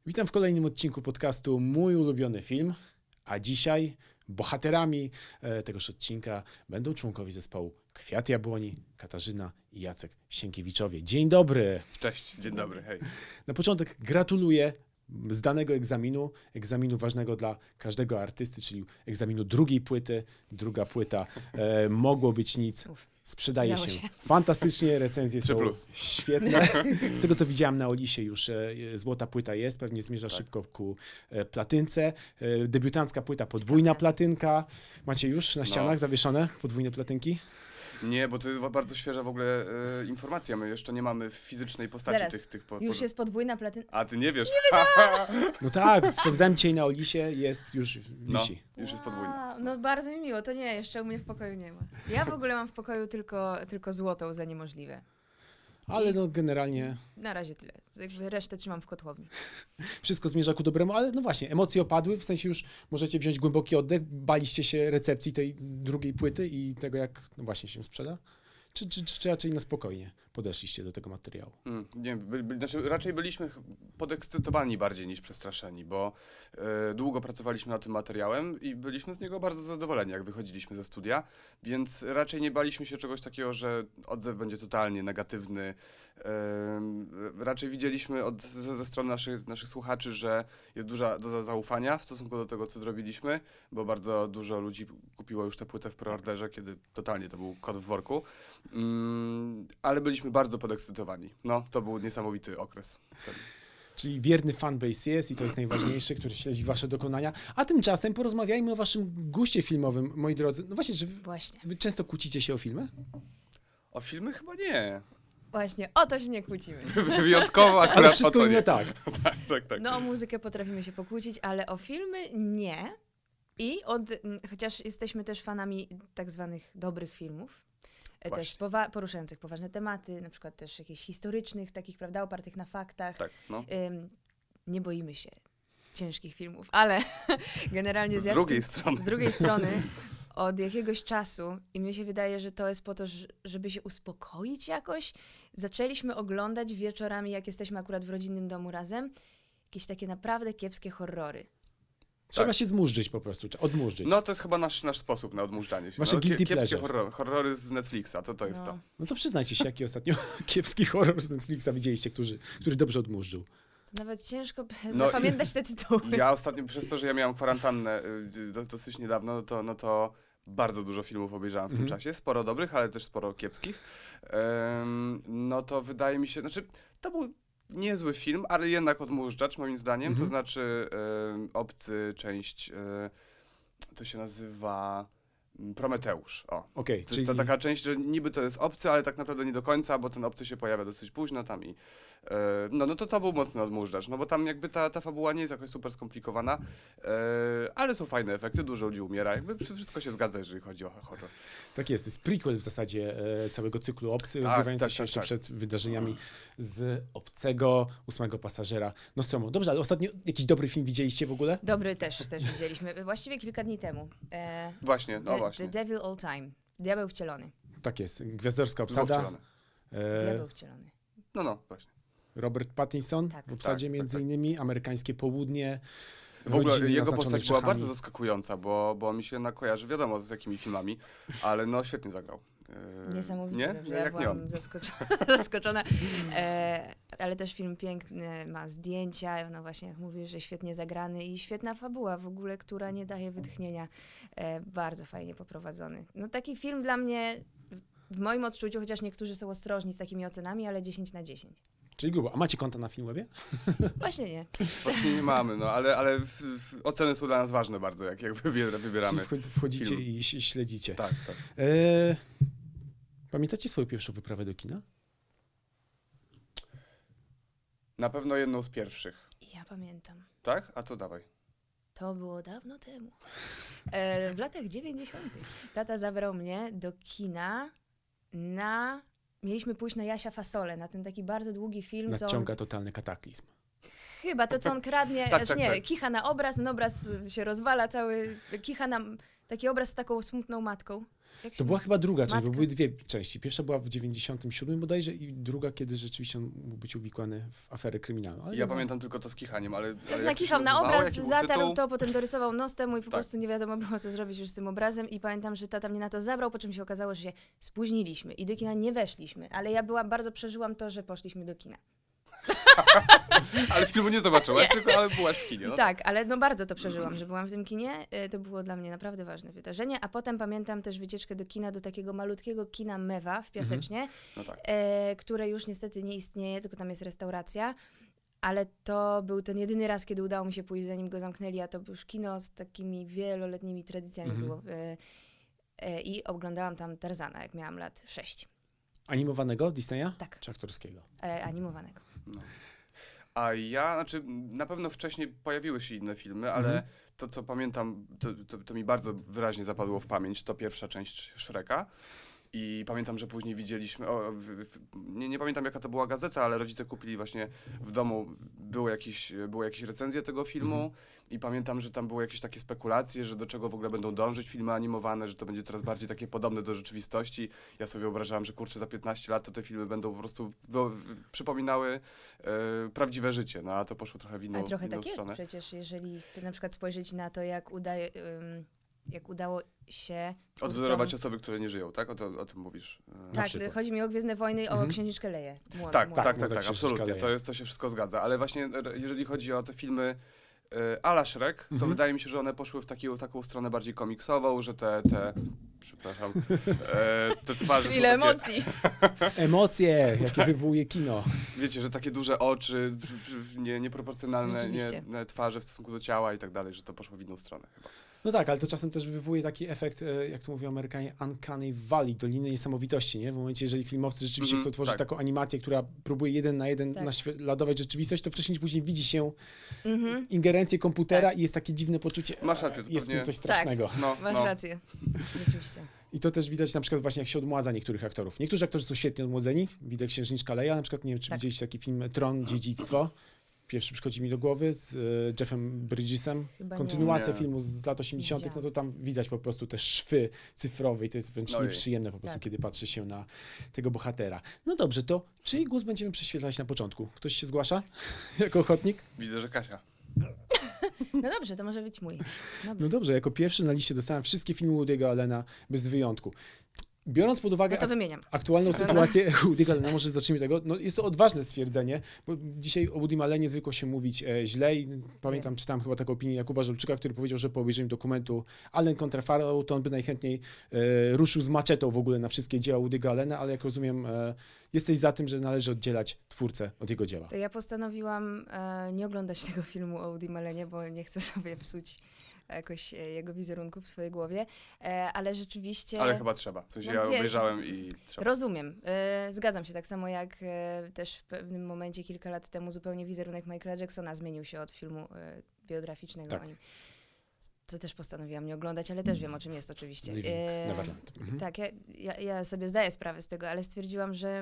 Witam w kolejnym odcinku podcastu Mój ulubiony film, a dzisiaj bohaterami tegoż odcinka będą członkowie zespołu Kwiat Jabłoni, Katarzyna i Jacek Sienkiewiczowie. Dzień dobry! Cześć, dzień dobry, hej. Na początek gratuluję zdanego egzaminu ważnego dla każdego artysty, czyli egzaminu drugiej płyty. Druga płyta mogło być nic. Sprzedaje się fantastycznie, recenzje są świetne. Z tego, co widziałem na Olisie, już złota płyta jest, pewnie zmierza szybko ku platynce. Debiutancka płyta, podwójna platynka. Macie już na ścianach zawieszone podwójne platynki? Nie, bo to jest bardzo świeża w ogóle informacja. My jeszcze nie mamy w fizycznej postaci tych już jest podwójna platynka. A ty nie wiesz? No tak, sprawdzałem dzisiaj na Olisie, jest już wisi. Już jest podwójna. No bardzo mi miło, to nie, jeszcze u mnie w pokoju nie ma. Ja w ogóle mam w pokoju tylko złotą za niemożliwe. Ale no generalnie... Na razie tyle. Jakby resztę trzymam w kotłowni. Wszystko zmierza ku dobremu, ale no właśnie, emocje opadły, w sensie już możecie wziąć głęboki oddech. Baliście się recepcji tej drugiej płyty i tego, jak no właśnie się sprzeda? Czy raczej na spokojnie podeszliście do tego materiału? Nie, raczej byliśmy podekscytowani bardziej niż przestraszeni, bo długo pracowaliśmy nad tym materiałem i byliśmy z niego bardzo zadowoleni, jak wychodziliśmy ze studia, więc raczej nie baliśmy się czegoś takiego, że odzew będzie totalnie negatywny. Raczej widzieliśmy ze strony naszych słuchaczy, że jest duża doza zaufania w stosunku do tego, co zrobiliśmy, bo bardzo dużo ludzi kupiło już tę płytę w preorderze, kiedy totalnie to był kot w worku. Ale byliśmy bardzo podekscytowani. No, to był niesamowity okres. Czyli wierny fanbase jest i to jest najważniejsze, który śledzi wasze dokonania. A tymczasem porozmawiajmy o waszym guście filmowym, moi drodzy. No właśnie, czy wy często kłócicie się o filmy? O filmy chyba nie. Właśnie, o to się nie kłócimy. Wyjątkowo akurat. Ale wszystko o to inne nie. tak. Tak. No o muzykę potrafimy się pokłócić, ale o filmy nie. I chociaż jesteśmy też fanami tak zwanych dobrych filmów, też poruszających poważne tematy, na przykład też jakichś historycznych, takich, prawda, opartych na faktach. Tak, no. Nie boimy się ciężkich filmów, ale generalnie z drugiej strony od jakiegoś czasu, i mi się wydaje, że to jest po to, żeby się uspokoić jakoś, zaczęliśmy oglądać wieczorami, jak jesteśmy akurat w rodzinnym domu razem, jakieś takie naprawdę kiepskie horrory. Trzeba się zmurzyć po prostu, odmurzyć. No to jest chyba nasz sposób na odmurzanie się. Wasze guilty kiepskie pleasure. horrory z Netflixa, to jest to. No to przyznajcie się, jaki ostatnio kiepski horror z Netflixa widzieliście, który dobrze odmurzył. Nawet ciężko zapamiętać te tytuły. Ja ostatnio, przez to, że ja miałem kwarantannę dosyć niedawno, no to bardzo dużo filmów obejrzałem w tym czasie. Sporo dobrych, ale też sporo kiepskich. No to wydaje mi się, to był niezły film, ale jednak odmurzacz moim zdaniem. To znaczy Obcy, część, to się nazywa Prometeusz. Okay, to jest ta taka część, że niby to jest Obcy, ale tak naprawdę nie do końca, bo ten Obcy się pojawia dosyć późno tam i no to był mocny odmurzacz, no bo tam jakby ta fabuła nie jest jakoś super skomplikowana, ale są fajne efekty, dużo ludzi umiera, jakby wszystko się zgadza, jeżeli chodzi o horror. Tak jest prequel w zasadzie całego cyklu Obcy, rozgrywający się jeszcze przed wydarzeniami z Obcego, 8 pasażera Nostromo. Dobrze, ale ostatnio jakiś dobry film widzieliście w ogóle? Dobry też widzieliśmy, właściwie kilka dni temu. Właśnie. The Devil All Time, Diabeł wcielony. Tak jest, gwiazdorska obsada. Diabeł wcielony. No, właśnie. Robert Pattinson w obsadzie między innymi, amerykańskie południe. W ogóle jego postać była bardzo zaskakująca, bo mi się kojarzy, wiadomo z jakimi filmami, ale no świetnie zagrał. Niesamowicie, nie? Ja byłam zaskoczona. Ale też film piękny, ma zdjęcia, no właśnie jak mówisz, że świetnie zagrany i świetna fabuła w ogóle, która nie daje wytchnienia. Bardzo fajnie poprowadzony. No taki film dla mnie, w moim odczuciu, chociaż niektórzy są ostrożni z takimi ocenami, ale 10 na 10. Czyli grubo. A macie konta na Filmwebie? Właśnie nie. Właśnie nie mamy, no ale oceny są dla nas ważne bardzo, jak wybieramy. Czyli wchodzicie film i śledzicie. Tak. Pamiętacie swoją pierwszą wyprawę do kina? Na pewno jedną z pierwszych. Ja pamiętam. Tak? A to dawaj. To było dawno temu. W latach 90. Tata zabrał mnie do kina Mieliśmy pójść na Jasia Fasolę, na ten taki bardzo długi film. Nadciąga totalny kataklizm. Chyba to, co on kradnie, kicha na obraz, ten obraz się rozwala cały, kicha taki obraz z taką smutną matką. To była chyba druga część, Matka. bo były dwie części. Pierwsza była w 97 bodajże i druga, kiedy rzeczywiście on mógł być uwikłany w aferę kryminalną. Ale Ja pamiętam tylko to z kichaniem, ale jak to się Nakichał na nazywało? obraz, Jaki był zatarł tytuł? to, potem dorysował nos temu i po Tak. prostu nie wiadomo było, co zrobić już z tym obrazem. I pamiętam, że tata mnie na to zabrał, po czym się okazało, że się spóźniliśmy i do kina nie weszliśmy. Ale ja bardzo przeżyłam to, że poszliśmy do kina. Ale filmu nie zobaczyłaś, tylko ale byłaś w kinie. No? Tak, ale no bardzo to przeżyłam, że byłam w tym kinie. To było dla mnie naprawdę ważne wydarzenie. A potem pamiętam też wycieczkę do kina, do takiego malutkiego kina Mewa w Piasecznie, No tak. które już niestety nie istnieje, tylko tam jest restauracja. Ale to był ten jedyny raz, kiedy udało mi się pójść, zanim go zamknęli, a to już kino z takimi wieloletnimi tradycjami było. I oglądałam tam Tarzana, jak miałam lat 6. Animowanego Disneya? Tak. Czy aktorskiego? Animowanego. No. A ja, znaczy na pewno wcześniej pojawiły się inne filmy, ale to co pamiętam, to mi bardzo wyraźnie zapadło w pamięć, to pierwsza część Shreka. I pamiętam, że później widzieliśmy, nie pamiętam jaka to była gazeta, ale rodzice kupili właśnie w domu, były jakieś recenzje tego filmu i pamiętam, że tam były jakieś takie spekulacje, że do czego w ogóle będą dążyć filmy animowane, że to będzie coraz bardziej takie podobne do rzeczywistości. Ja sobie wyobrażałem, że kurczę, za 15 lat to te filmy będą po prostu przypominały prawdziwe życie, no a to poszło trochę w inną, Ale trochę inną tak jest stronę. przecież, jeżeli na przykład spojrzeć na to, jak udało się Odwzorować osoby, które nie żyją, tak? O tym mówisz. Tak, przykład. chodzi mi o Gwiezdne Wojny, o Księżniczkę Leję. Tak, młodą. młoda absolutnie. księżniczka To się wszystko zgadza. Ale właśnie jeżeli chodzi o te filmy a la Shrek, to wydaje mi się, że one poszły w taką stronę bardziej komiksową, że przepraszam, te twarze są Ile takie, emocji! Emocje, jakie wywołuje kino. wiecie, że takie duże oczy, nieproporcjonalne Rzeczywiście. twarze w stosunku do ciała i tak dalej, że to poszło w inną stronę chyba. No tak, ale to czasem też wywołuje taki efekt, jak to mówią Amerykanie, uncanny valley, doliny niesamowitości, nie? W momencie, jeżeli filmowcy rzeczywiście chcą tworzyć tak. taką animację, która próbuje 1 na 1 Tak. naśladować rzeczywistość, to wcześniej czy później widzi się ingerencję komputera i jest takie dziwne poczucie, Masz rację, to jest w tym pewnie- coś strasznego. Masz rację. Rzeczywiście. I to też widać na przykład właśnie jak się odmładza niektórych aktorów. Niektórzy aktorzy są świetnie odmłodzeni, widać Księżniczka Leia, na przykład nie wiem, czy Tak. widzieliście taki film Tron, Dziedzictwo. Pierwszy przychodzi mi do głowy z Jeffem Bridgesem. Chyba Kontynuacja nie. filmu z lat 80., no widziałam. to tam widać po prostu te szwy cyfrowe i to jest wręcz Ojej. nieprzyjemne po prostu, Tak. kiedy patrzy się na tego bohatera. No dobrze, to czyj głos będziemy prześwietlać na początku? Ktoś się zgłasza jako ochotnik? Widzę, że Kasia. No dobrze, to może być mój. Dobrze. No dobrze, jako pierwszy na liście dostałem wszystkie filmy Woody'ego Allena bez wyjątku. Biorąc pod uwagę No to wymieniam. aktualną sytuację Woody'ego Allena, może zacznijmy tego, no jest to odważne stwierdzenie, bo dzisiaj o Woodym Allenie zwykło się mówić źle i pamiętam, czytałem chyba taką opinię Jakuba Żolczyka, który powiedział, że po obejrzeniu dokumentu Allen kontra Farrow, to on by najchętniej ruszył z maczetą w ogóle na wszystkie dzieła Woody'ego Allena, ale jak rozumiem, jesteś za tym, że należy oddzielać twórcę od jego dzieła. To ja postanowiłam nie oglądać tego filmu o Woodym Allenie, bo nie chcę sobie psuć jakoś jego wizerunku w swojej głowie, ale rzeczywiście... Ale chyba trzeba. W sensie ja obejrzałem i trzeba. Rozumiem. Zgadzam się, tak samo jak też w pewnym momencie kilka lat temu zupełnie wizerunek Michaela Jacksona zmienił się od filmu biograficznego Tak. o nim. To też postanowiłam nie oglądać, ale też wiem, o czym jest oczywiście. Living Neverland. Tak, ja sobie zdaję sprawę z tego, ale stwierdziłam, że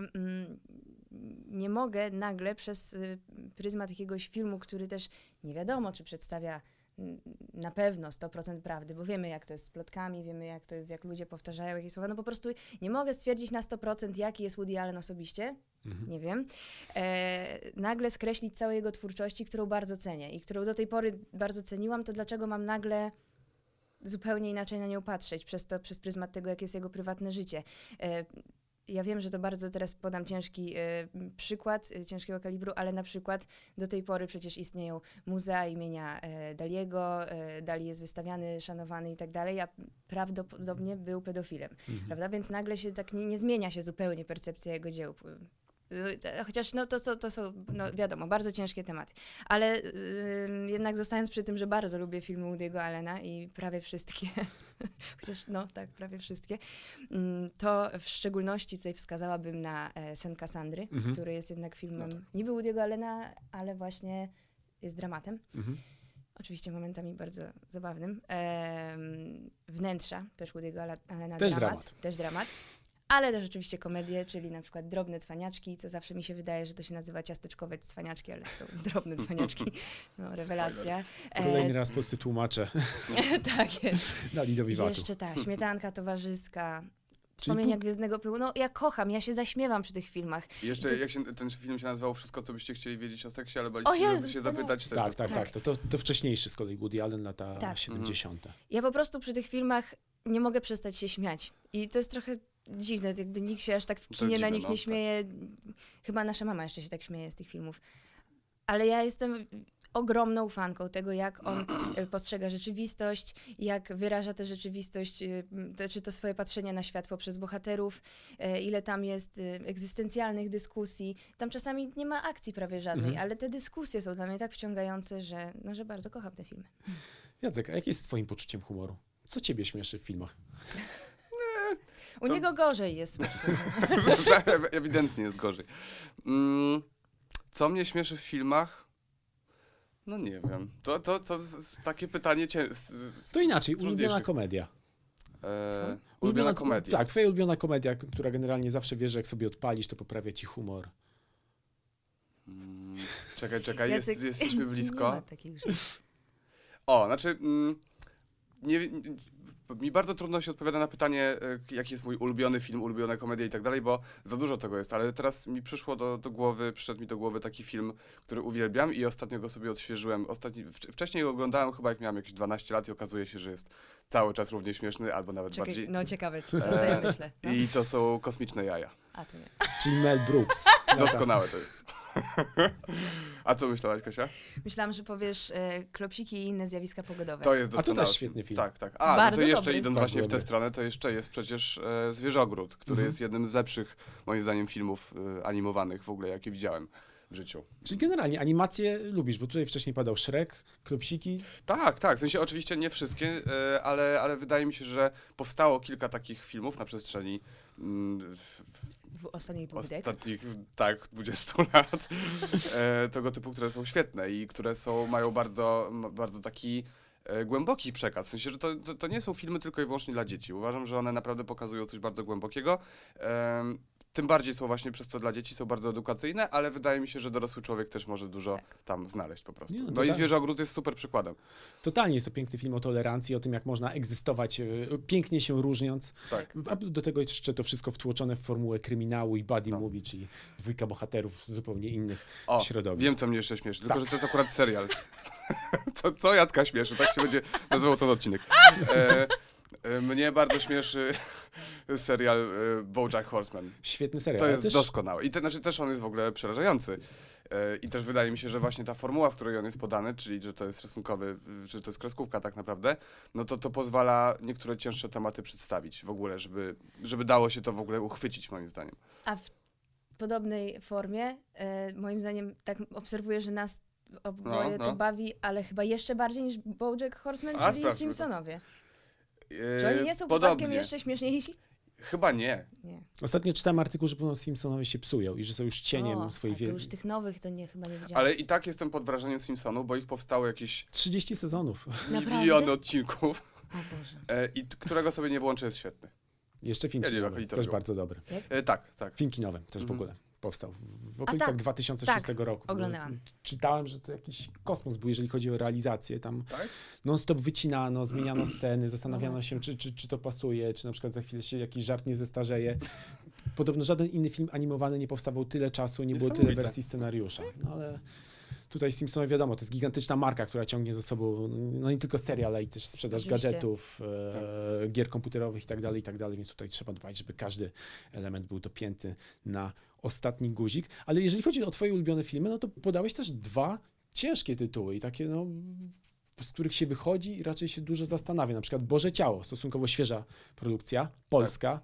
nie mogę nagle przez pryzmat jakiegoś filmu, który też nie wiadomo, czy przedstawia na pewno 100% prawdy, bo wiemy, jak to jest z plotkami, wiemy, jak to jest, jak ludzie powtarzają jakieś słowa. No po prostu nie mogę stwierdzić na 100%, jaki jest Woody Allen osobiście, nie wiem. Nagle skreślić całej jego twórczości, którą bardzo cenię i którą do tej pory bardzo ceniłam, to dlaczego mam nagle zupełnie inaczej na nią patrzeć, przez pryzmat tego, jakie jest jego prywatne życie. Ja wiem, że to bardzo teraz podam ciężki przykład, ciężkiego kalibru, ale na przykład do tej pory przecież istnieją muzea imienia Daliego, Dali jest wystawiany, szanowany i tak dalej, a prawdopodobnie był pedofilem, prawda? Więc nagle się tak nie zmienia się zupełnie percepcja jego dzieł. Chociaż no, to są, no, wiadomo, bardzo ciężkie tematy. Ale jednak zostając przy tym, że bardzo lubię filmy Woody'ego Allena i prawie wszystkie, chociaż no tak, prawie wszystkie, to w szczególności tutaj wskazałabym na Sen Cassandry, który jest jednak filmem niby Woody'ego Allena, ale właśnie jest dramatem. Oczywiście momentami bardzo zabawnym. Wnętrza, też Woody'ego Allena, Też dramat. dramat. Też dramat. ale też oczywiście komedie, czyli na przykład Drobne cwaniaczki, co zawsze mi się wydaje, że to się nazywa ciasteczkowe cwaniaczki, ale są drobne cwaniaczki. No, rewelacja. Kolejny raz polscy tłumacze Tak jest. dali do wiwatu. Jeszcze ta śmietanka towarzyska. Czyli Wspomnienia Gwiezdnego Pyłu. No ja kocham, ja się zaśmiewam przy tych filmach. I jeszcze To- jak ten film się nazywał Wszystko, co byście chcieli wiedzieć o seksie, ale O baliście Jezu, się wspaniale. zapytać też. Tak. To wcześniejszy z kolei Woody Allen, lata Tak. 70. Ja po prostu przy tych filmach nie mogę przestać się śmiać. I to jest trochę dziwne, jakby nikt się aż tak w To kinie na dziwne, nich no, nie tak. śmieje. Chyba nasza mama jeszcze się tak śmieje z tych filmów. Ale ja jestem ogromną fanką tego, jak on postrzega rzeczywistość, jak wyraża tę rzeczywistość, czy to swoje patrzenie na świat poprzez bohaterów, ile tam jest egzystencjalnych dyskusji. Tam czasami nie ma akcji prawie żadnej, ale te dyskusje są dla mnie tak wciągające, że bardzo kocham te filmy. Jacek, a jak jest z twoim poczuciem humoru? Co ciebie śmieszy w filmach? U niego gorzej jest. Ewidentnie jest gorzej. Co mnie śmieszy w filmach? No nie wiem. Takie pytanie To inaczej, trudniejsze. ulubiona komedia. Ulubiona komedia. Tak, twoja ulubiona komedia, która generalnie zawsze wiesz, że jak sobie odpalisz, to poprawia ci humor. Czekaj, Jacek, jesteśmy Nie ma blisko. takich rzeczy. O, znaczy... mi bardzo trudno się odpowiada na pytanie, jaki jest mój ulubiony film, ulubiona komedia i tak dalej, bo za dużo tego jest, ale teraz mi przyszedł mi do głowy taki film, który uwielbiam i ostatnio go sobie odświeżyłem. Wcześniej go oglądałem chyba jak miałem jakieś 12 lat i okazuje się, że jest cały czas równie śmieszny, albo nawet bardziej. No ciekawe, czy to co ja myślę. No. I to są Kosmiczne jaja. A to nie. Czyli Mel Brooks. Doskonałe to jest. A co myślałaś, Kasia? Myślałam, że powiesz klopsiki i inne zjawiska pogodowe. To jest A to doskonały też świetny film. Tak. A, no Bardzo to jeszcze dobry. idąc Bardzo właśnie w tę dobry. stronę, to jeszcze jest przecież Zwierzogród, który jest jednym z lepszych, moim zdaniem, filmów animowanych w ogóle, jakie widziałem w życiu. Czyli generalnie animację lubisz, bo tutaj wcześniej padał Shrek, Klopsiki. Tak. W sensie oczywiście nie wszystkie, ale wydaje mi się, że powstało kilka takich filmów na przestrzeni Ostatnich 2 dek. ostatnich, 20 lat. Tego typu, które są świetne i które mają bardzo taki głęboki przekaz. W sensie, że to nie są filmy tylko i wyłącznie dla dzieci. Uważam, że one naprawdę pokazują coś bardzo głębokiego. Tym bardziej są właśnie przez to dla dzieci, są bardzo edukacyjne, ale wydaje mi się, że dorosły człowiek też może dużo tam znaleźć po prostu. Nie, no to No i tak. Zwierzogród jest super przykładem. Totalnie jest to piękny film o tolerancji, o tym, jak można egzystować, pięknie się różniąc. Tak. A do tego jeszcze to wszystko wtłoczone w formułę kryminału i buddy No. movie, czyli dwójka bohaterów z zupełnie innych O, środowisk. wiem, co mnie jeszcze śmieszy, tylko Tak. że to jest akurat serial. Co Jacka śmieszy, tak się będzie nazywał ten odcinek. Mnie bardzo śmieszy serial BoJack Horseman. Świetny serial. To ale jest też doskonały. I też on jest w ogóle przerażający. I też wydaje mi się, że właśnie ta formuła, w której on jest podany, czyli że to jest rysunkowy, że to jest kreskówka tak naprawdę, no to pozwala niektóre cięższe tematy przedstawić w ogóle, żeby dało się to w ogóle uchwycić, moim zdaniem. A w podobnej formie, moim zdaniem, tak obserwuję, że nas oboje No. to bawi, ale chyba jeszcze bardziej niż BoJack Horseman, A, czyli sprawdźmy to. Simpsonowie. Czy oni nie są przypadkiem Podobnie. jeszcze śmieszniejsi? Chyba nie. Nie. Ostatnio czytałem artykuł, że podobno Simpsonowie się psują i że są już cieniem O, swojej a to wielkiej. już tych nowych to chyba nie widziałam. Ale i tak jestem pod wrażeniem Simpsonów, bo ich powstało jakieś 30 sezonów. Naprawdę? miliony odcinków O Boże. i którego sobie nie włączę jest świetny. Jeszcze film Ja nie wiem, jak kinowy, oni to też robią. bardzo dobry. Tak. Film kinowy też w ogóle powstał w okolicach tak, 2006 tak, roku. oglądałam. Czytałem, że to jakiś kosmos był, jeżeli chodzi o realizację. Tam Tak? non-stop wycinano, zmieniano sceny, zastanawiano się, czy to pasuje, czy na przykład za chwilę się jakiś żart nie zestarzeje. Podobno żaden inny film animowany nie powstawał tyle czasu, nie było tyle Niesamowite. wersji scenariusza. No ale tutaj Simpsonowie wiadomo, to jest gigantyczna marka, która ciągnie za sobą no nie tylko serial, ale i też sprzedaż Oczywiście. gadżetów, gier komputerowych i tak dalej, więc tutaj trzeba dbać, żeby każdy element był dopięty na ostatni guzik. Ale jeżeli chodzi o twoje ulubione filmy, no to podałeś też 2 ciężkie tytuły i takie no z których się wychodzi i raczej się dużo zastanawia. Na przykład Boże Ciało, stosunkowo świeża produkcja, polska,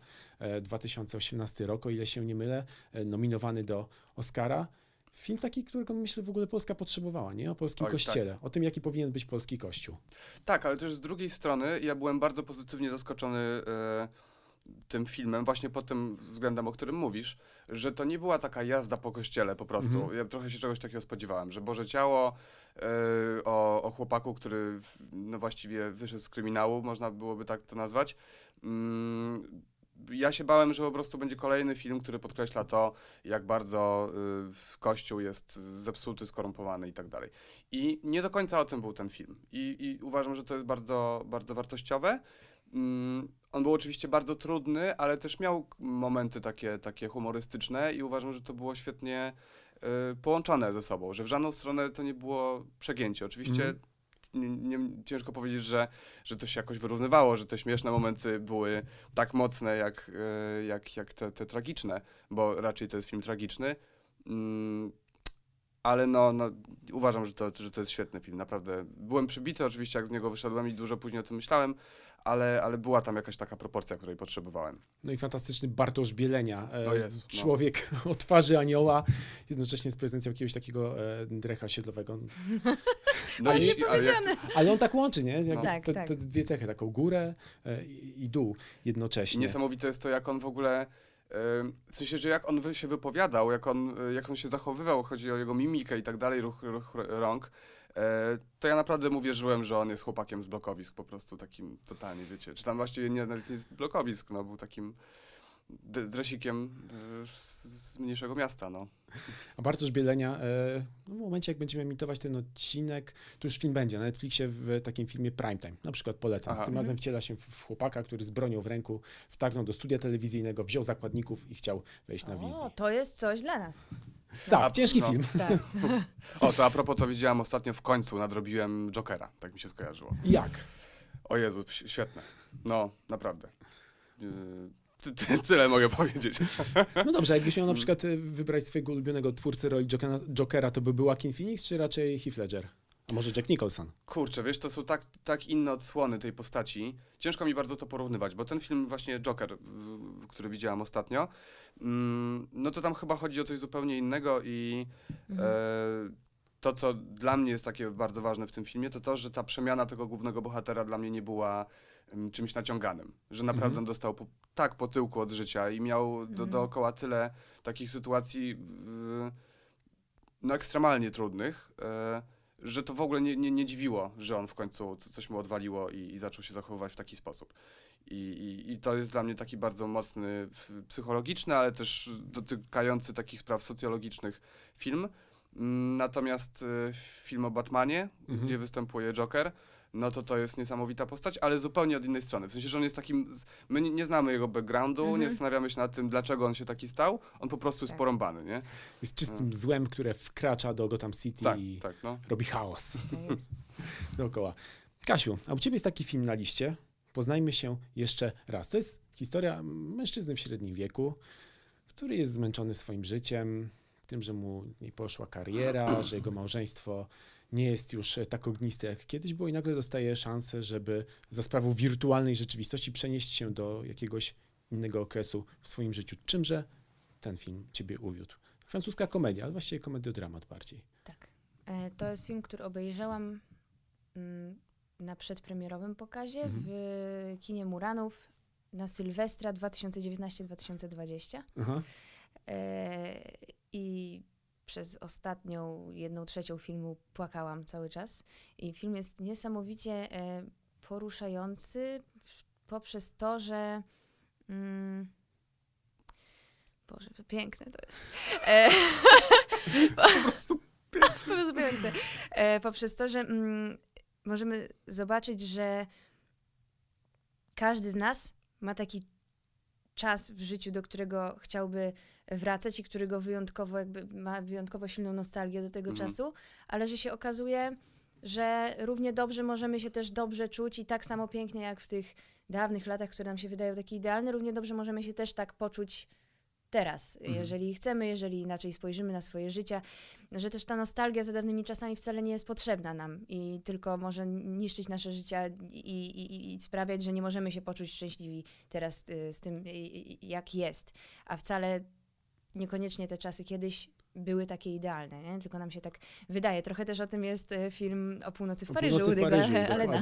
2018 rok, o ile się nie mylę, nominowany do Oscara. Film taki, którego myślę w ogóle Polska potrzebowała, nie? O polskim Oj, kościele, o tym, jaki powinien być polski kościół. Tak, ale też z drugiej strony ja byłem bardzo pozytywnie zaskoczony tym filmem, właśnie pod tym względem, o którym mówisz, że to nie była taka jazda po kościele po prostu. Ja trochę się czegoś takiego spodziewałem, że Boże Ciało o chłopaku, który no właściwie wyszedł z kryminału, można byłoby tak to nazwać, ja się bałem, że po prostu będzie kolejny film, który podkreśla to, jak bardzo Kościół jest zepsuty, skorumpowany i tak dalej. I nie do końca o tym był ten film. I uważam, że to jest bardzo, bardzo wartościowe. On był oczywiście bardzo trudny, ale też miał momenty takie humorystyczne i uważam, że to było świetnie połączone ze sobą, że w żadną stronę to nie było przegięcie. Oczywiście ciężko powiedzieć, że to się jakoś wyrównywało, że te śmieszne momenty były tak mocne jak te tragiczne, bo raczej to jest film tragiczny. Ale uważam, że to jest świetny film, naprawdę. Byłem przybity oczywiście, jak z niego wyszedłem i dużo później o tym myślałem, ale była tam jakaś taka proporcja, której potrzebowałem. No i fantastyczny Bartosz Bielenia. Człowiek o twarzy anioła, jednocześnie z prezencją jakiegoś takiego drecha siedlowego. Ale on tak łączy, nie? Te dwie cechy, taką górę i dół jednocześnie. I niesamowite jest to, jak on w ogóle... W sensie, że jak on się wypowiadał, jak on się zachowywał, chodzi o jego mimikę i tak dalej, ruch rąk, to ja naprawdę mu wierzyłem, że on jest chłopakiem z blokowisk, po prostu takim totalnie, wiecie. Czy tam właściwie nawet nie z blokowisk, no był takim dresikiem z mniejszego miasta, no. A Bartosz Bielenia, w momencie, jak będziemy emitować ten odcinek, to już film będzie na Netflixie w takim filmie Primetime. Na przykład polecam. Tym razem wciela się w chłopaka, który z bronią w ręku wtargnął do studia telewizyjnego, wziął zakładników i chciał wejść na wizję. O, to jest coś dla nas. Tak, ciężki film. Tak. O, to a propos, to widziałem ostatnio w końcu, nadrobiłem Jokera, tak mi się skojarzyło. Jak? O Jezu, świetne. No, naprawdę. Tyle mogę powiedzieć. No dobrze, jakbyś miał na przykład wybrać swojego ulubionego twórcę roli Jokera, to by był Joaquin Phoenix, czy raczej Heath Ledger? A może Jack Nicholson? Kurczę, wiesz, to są tak inne odsłony tej postaci. Ciężko mi bardzo to porównywać, bo ten film właśnie Joker, który widziałam ostatnio, no to tam chyba chodzi o coś zupełnie innego i to, co dla mnie jest takie bardzo ważne w tym filmie, to to, że ta przemiana tego głównego bohatera dla mnie nie była czymś naciąganym. Że naprawdę on dostał po tyłku od życia i miał dookoła tyle takich sytuacji no ekstremalnie trudnych, że to w ogóle nie dziwiło, że on w końcu coś mu odwaliło i zaczął się zachowywać w taki sposób. I to jest dla mnie taki bardzo mocny, psychologiczny, ale też dotykający takich spraw socjologicznych film. Natomiast film o Batmanie, gdzie występuje Joker, no to jest niesamowita postać, ale zupełnie od innej strony. W sensie, że on jest takim... My nie znamy jego backgroundu, nie zastanawiamy się nad tym, dlaczego on się taki stał. On po prostu jest porąbany, nie? Jest czystym złem, które wkracza do Gotham City i robi chaos dookoła. Kasiu, a u ciebie jest taki film na liście. Poznajmy się jeszcze raz. To jest historia mężczyzny w średnim wieku, który jest zmęczony swoim życiem, tym, że mu nie poszła kariera, że jego małżeństwo nie jest już tak ogniste jak kiedyś było i nagle dostaje szansę, żeby za sprawą wirtualnej rzeczywistości przenieść się do jakiegoś innego okresu w swoim życiu. Czymże ten film ciebie uwiódł? Francuska komedia, ale właściwie komediodramat bardziej. Tak. To jest film, który obejrzałam na przedpremierowym pokazie w kinie Muranów na Sylwestra 2019-2020. I przez ostatnią 1/3 filmu płakałam cały czas. I film jest niesamowicie poruszający poprzez to, że... Boże, to piękne to jest. Po prostu piękne. Poprzez to, że możemy zobaczyć, że każdy z nas ma taki czas w życiu, do którego chciałby wracać i którego ma wyjątkowo silną nostalgię do tego czasu, ale że się okazuje, że równie dobrze możemy się też dobrze czuć i tak samo pięknie jak w tych dawnych latach, które nam się wydają takie idealne, równie dobrze możemy się też tak poczuć teraz, jeżeli chcemy, jeżeli inaczej spojrzymy na swoje życie, że też ta nostalgia za dawnymi czasami wcale nie jest potrzebna nam i tylko może niszczyć nasze życia i sprawiać, że nie możemy się poczuć szczęśliwi teraz z tym, jak jest, a wcale niekoniecznie te czasy kiedyś były takie idealne, nie? Tylko nam się tak wydaje. Trochę też o tym jest film O północy w Paryżu, Allena.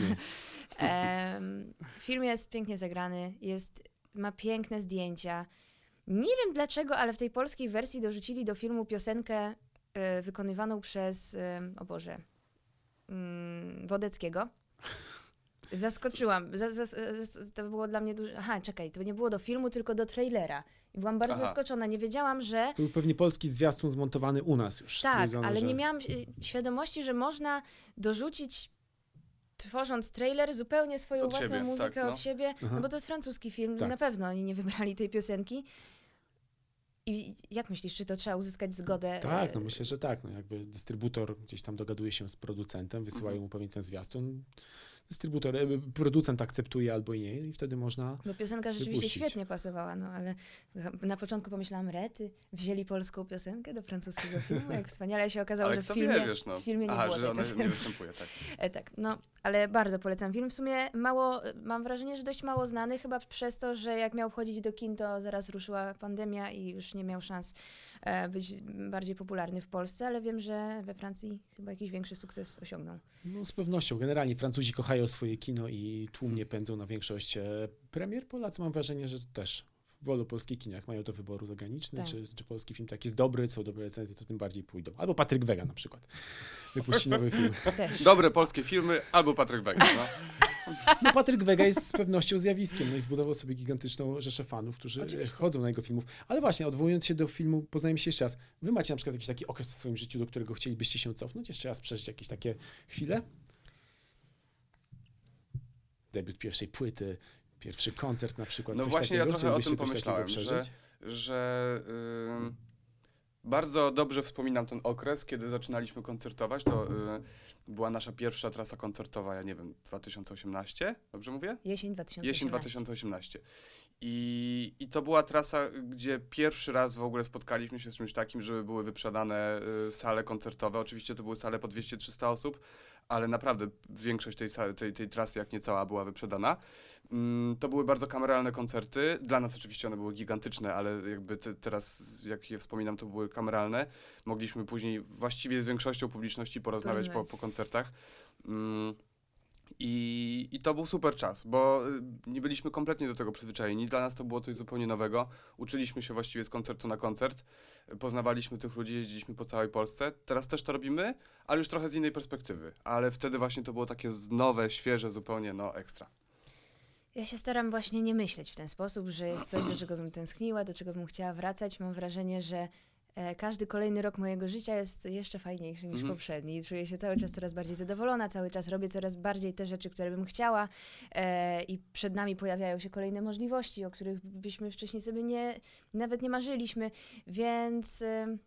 Film jest pięknie zagrany, ma piękne zdjęcia. Nie wiem dlaczego, ale w tej polskiej wersji dorzucili do filmu piosenkę wykonywaną przez, Wodeckiego. Zaskoczyłam. To było dla mnie duże... Aha, czekaj, to nie było do filmu, tylko do trailera. I byłam bardzo zaskoczona. Nie wiedziałam, że... To był pewnie polski zwiastun zmontowany u nas już. Tak, ale nie miałam świadomości, że można dorzucić, tworząc trailer, zupełnie swoją Od własną siebie, muzykę tak, no. od siebie. No bo to jest francuski film, Tak. na pewno oni nie wybrali tej piosenki. I jak myślisz, czy to trzeba uzyskać zgodę? Tak, no myślę, że tak. No jakby dystrybutor gdzieś tam dogaduje się z producentem, wysyłają mu pewnie ten zwiastun. Producent akceptuje albo i nie i wtedy można Bo piosenka rzeczywiście wypuścić. świetnie pasowała, no ale na początku pomyślałam, rety, wzięli polską piosenkę do francuskiego filmu, jak wspaniale się okazało, Ale że kto w filmie, wie, wiesz, no. w filmie nie Aha, było że tej ona piosenki. nie występuje, tak. Tak, no, ale bardzo polecam film. W sumie mało, mam wrażenie, że dość mało znany, chyba przez to, że jak miał wchodzić do kin, to zaraz ruszyła pandemia i już nie miał szans być bardziej popularny w Polsce, ale wiem, że we Francji chyba jakiś większy sukces osiągnął. No z pewnością. Generalnie Francuzi kochają swoje kino i tłumnie pędzą na większość premier. Polacy mam wrażenie, że też wolą polskie kino. Jak mają do wyboru zagraniczny, Tak. czy polski film tak jest dobry, są dobre recenzje, to tym bardziej pójdą. Albo Patryk Wega na przykład wypuści nowy film. Też. Dobre polskie filmy albo Patryk Wega, no. No Patryk Wega jest z pewnością zjawiskiem, no i zbudował sobie gigantyczną rzeszę fanów, którzy Oczywiście. chodzą na jego filmów. Ale właśnie, odwołując się do filmu, poznajmy się jeszcze raz. Wy macie na przykład jakiś taki okres w swoim życiu, do którego chcielibyście się cofnąć? Jeszcze raz przeżyć jakieś takie chwile? Debiut pierwszej płyty, pierwszy koncert na przykład. No coś właśnie, ja takiego? trochę o Chcielibyście tym coś takiego pomyślałem, przeżyć? że bardzo dobrze wspominam ten okres, kiedy zaczynaliśmy koncertować. To była nasza pierwsza trasa koncertowa, ja nie wiem, 2018, dobrze mówię? Jesień 2018. Jesień 2018. I to była trasa, gdzie pierwszy raz w ogóle spotkaliśmy się z czymś takim, żeby były wyprzedane sale koncertowe. Oczywiście to były sale po 200-300 osób, ale naprawdę większość tej trasy, jak nie cała, była wyprzedana. To były bardzo kameralne koncerty. Dla nas oczywiście one były gigantyczne, ale jakby teraz, jak je wspominam, to były kameralne. Mogliśmy później właściwie z większością publiczności porozmawiać po koncertach. I to był super czas, bo nie byliśmy kompletnie do tego przyzwyczajeni. Dla nas to było coś zupełnie nowego. Uczyliśmy się właściwie z koncertu na koncert. Poznawaliśmy tych ludzi, jeździliśmy po całej Polsce. Teraz też to robimy, ale już trochę z innej perspektywy. Ale wtedy właśnie to było takie nowe, świeże, zupełnie ekstra. Ja się staram właśnie nie myśleć w ten sposób, że jest coś, do czego bym tęskniła, do czego bym chciała wracać. Mam wrażenie, że każdy kolejny rok mojego życia jest jeszcze fajniejszy niż poprzedni. Czuję się cały czas coraz bardziej zadowolona, cały czas robię coraz bardziej te rzeczy, które bym chciała i przed nami pojawiają się kolejne możliwości, o których byśmy wcześniej sobie nawet nie marzyliśmy, więc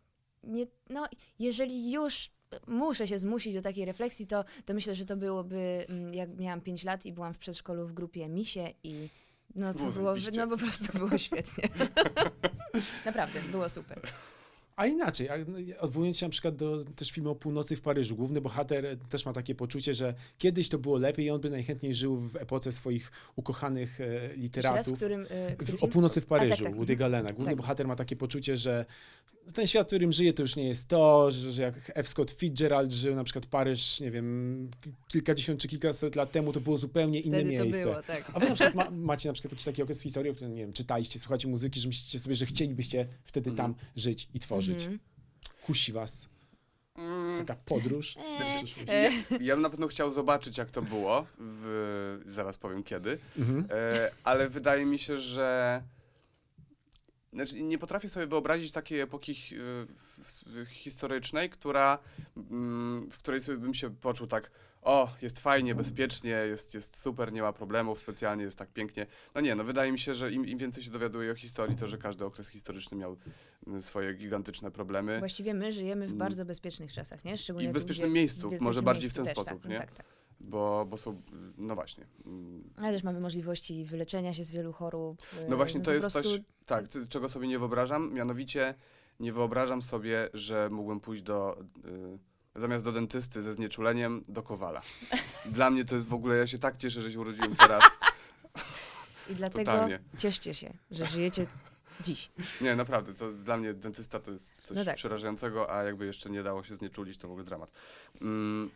jeżeli już muszę się zmusić do takiej refleksji, to myślę, że to byłoby, jak miałam 5 lat i byłam w przedszkolu w grupie Misie i to było, po prostu było świetnie. Naprawdę, było super. A inaczej, odwołując się na przykład do też filmu o północy w Paryżu, główny bohater też ma takie poczucie, że kiedyś to było lepiej i on by najchętniej żył w epoce swoich ukochanych literatów. O północy w Paryżu, tak. Woody Gallena. Główny Tak. bohater ma takie poczucie, że ten świat, w którym żyje, to już nie jest to, że jak F. Scott Fitzgerald żył, na przykład Paryż, nie wiem, kilkadziesiąt czy kilkaset lat temu, to było zupełnie inne Wtedy miejsce. to było, tak. A wy na przykład macie na przykład jakiś taki okres w historii, o którym, nie wiem, czytaliście, słuchacie muzyki, że myślicie sobie, że chcielibyście wtedy tam żyć i tworzyć. Kusi was taka podróż? Ja bym na pewno chciał zobaczyć, jak to było. Zaraz powiem kiedy. Ale wydaje mi się, że znaczy, nie potrafię sobie wyobrazić takiej epoki historycznej, w której sobie bym się poczuł tak, jest fajnie, bezpiecznie, jest super, nie ma problemów, specjalnie jest tak pięknie. Wydaje mi się, że im więcej się dowiaduję o historii, to że każdy okres historyczny miał swoje gigantyczne problemy. Właściwie my żyjemy w bardzo bezpiecznych czasach, nie? Szczególnie I w tu, bezpiecznym miejscu, może bardziej w ten też, sposób, tak, nie? Tak. Bo są, właśnie. Ale też mamy możliwości wyleczenia się z wielu chorób. No właśnie, to jest prostu... coś, czego sobie nie wyobrażam, mianowicie nie wyobrażam sobie, że mógłbym pójść zamiast do dentysty ze znieczuleniem, do Kowala. Dla mnie to jest w ogóle, ja się tak cieszę, że się urodziłem teraz. I dlatego Totalnie. cieszcie się, że żyjecie dziś. Nie, naprawdę, to dla mnie dentysta to jest coś tak. przerażającego, a jakby jeszcze nie dało się znieczulić, to w ogóle dramat.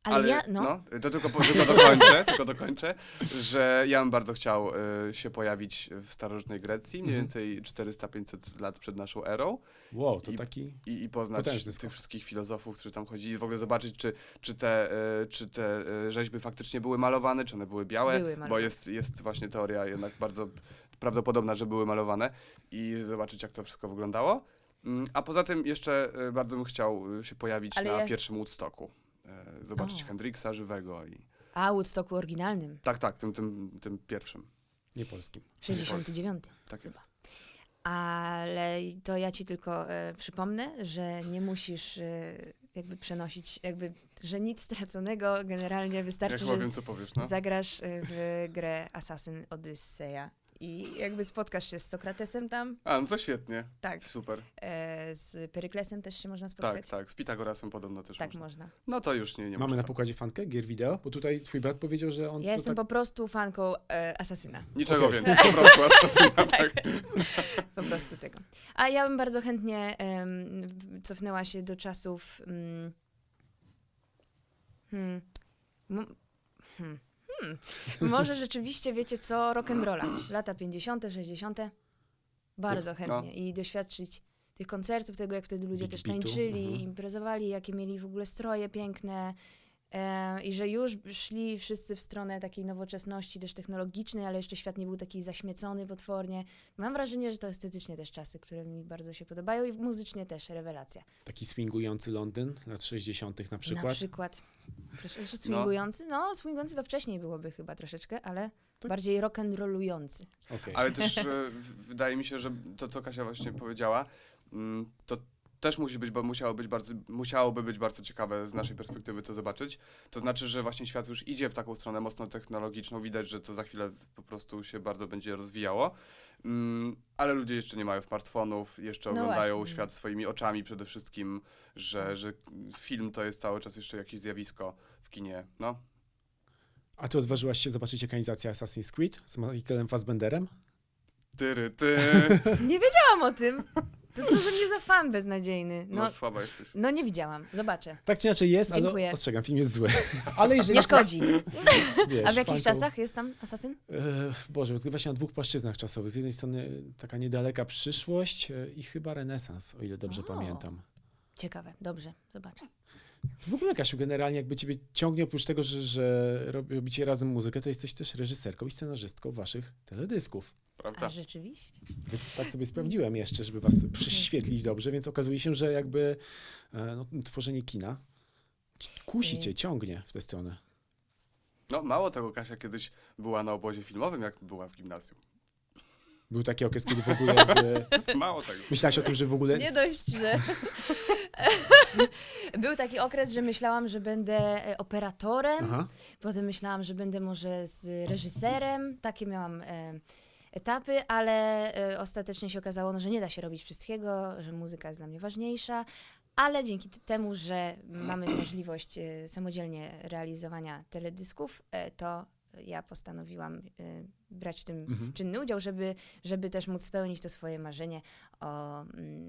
Ale to tylko dokończę, że ja bym bardzo chciał się pojawić w starożytnej Grecji, mniej więcej 400-500 lat przed naszą erą. Wow, to taki I poznać tych wszystkich filozofów, którzy tam chodzili, i w ogóle zobaczyć, czy te rzeźby faktycznie były malowane, czy one były białe, bo jest właśnie teoria jednak bardzo prawdopodobna, że były malowane, i zobaczyć, jak to wszystko wyglądało. A poza tym jeszcze bardzo bym chciał się pojawić na pierwszym Woodstocku. Zobaczyć Hendrixa żywego. A, Woodstocku oryginalnym. Tak, tym pierwszym. Nie polskim. 69. Tak jest. Ale to ja ci tylko przypomnę, że nie musisz jakby przenosić, że nic straconego, generalnie wystarczy, ja wiem, co powiesz, no. Zagrasz w grę Assassin Odyseja i jakby spotkasz się z Sokratesem tam. A, no to świetnie. Tak. Super. Z Peryklesem też się można spotkać. Tak, z Pitagorasem podobno też można. No to już nie Mamy na pokładzie fankę gier wideo? Bo tutaj twój brat powiedział, że on... Ja jestem po prostu fanką Asasyna. Niczego więcej, po prostu Asasyna, tak. Po prostu tego. A ja bym bardzo chętnie cofnęła się do czasów... Może rzeczywiście, wiecie co, rock'n'rolla. Lata 50., 60. Bardzo chętnie. I doświadczyć tych koncertów, tego jak wtedy ludzie też tańczyli, imprezowali, jakie mieli w ogóle stroje piękne. I że już szli wszyscy w stronę takiej nowoczesności też technologicznej, ale jeszcze świat nie był taki zaśmiecony potwornie. Mam wrażenie, że to estetycznie też czasy, które mi bardzo się podobają, i muzycznie też rewelacja. Taki swingujący Londyn lat 60. na przykład? Na przykład. Swingujący? No, swingujący to wcześniej byłoby chyba troszeczkę, ale bardziej rock'n'rollujący. Okay. Ale też wydaje mi się, że to, co Kasia właśnie powiedziała, to też musiałoby być bardzo ciekawe z naszej perspektywy to zobaczyć. To znaczy, że właśnie świat już idzie w taką stronę mocno technologiczną. Widać, że to za chwilę po prostu się bardzo będzie rozwijało. Ale ludzie jeszcze nie mają smartfonów, jeszcze oglądają świat swoimi oczami przede wszystkim, że film to jest cały czas jeszcze jakieś zjawisko w kinie. No. A ty odważyłaś się zobaczyć ekranizację Assassin's Creed z Michaelem Fassbenderem? Nie wiedziałam o tym. To co za mnie za fan beznadziejny. No słaba jesteś. No nie widziałam, zobaczę. Tak czy inaczej jest, Dziękuję. ale ostrzegam, film jest zły. Ale jeżeli nie szkodzi. Wiesz, a w jakich czasach jest tam Asasyn? Boże, rozgrywa się na 2 płaszczyznach czasowych. Z jednej strony taka niedaleka przyszłość i chyba renesans, o ile dobrze pamiętam. Ciekawe, dobrze, zobaczę. W ogóle, Kasiu, generalnie jakby ciebie ciągnie, oprócz tego, że robicie razem muzykę, to jesteś też reżyserką i scenarzystką waszych teledysków. Prawda? A rzeczywiście? Tak sobie sprawdziłem jeszcze, żeby was prześwietlić dobrze, więc okazuje się, że jakby tworzenie kina kusi cię, ciągnie w tę stronę. No mało tego, Kasia kiedyś była na obozie filmowym, jak była w gimnazjum. Był taki okres, kiedy w ogóle jakby... Mało tego. Myślałaś o tym, że w ogóle... Nie dość, że... Był taki okres, że myślałam, że będę operatorem, potem myślałam, że będę może z reżyserem, takie miałam etapy, ale ostatecznie się okazało, że nie da się robić wszystkiego, że muzyka jest dla mnie ważniejsza, ale dzięki temu, że mamy możliwość samodzielnie realizowania teledysków, to ja postanowiłam brać w tym czynny udział, żeby też móc spełnić to swoje marzenie o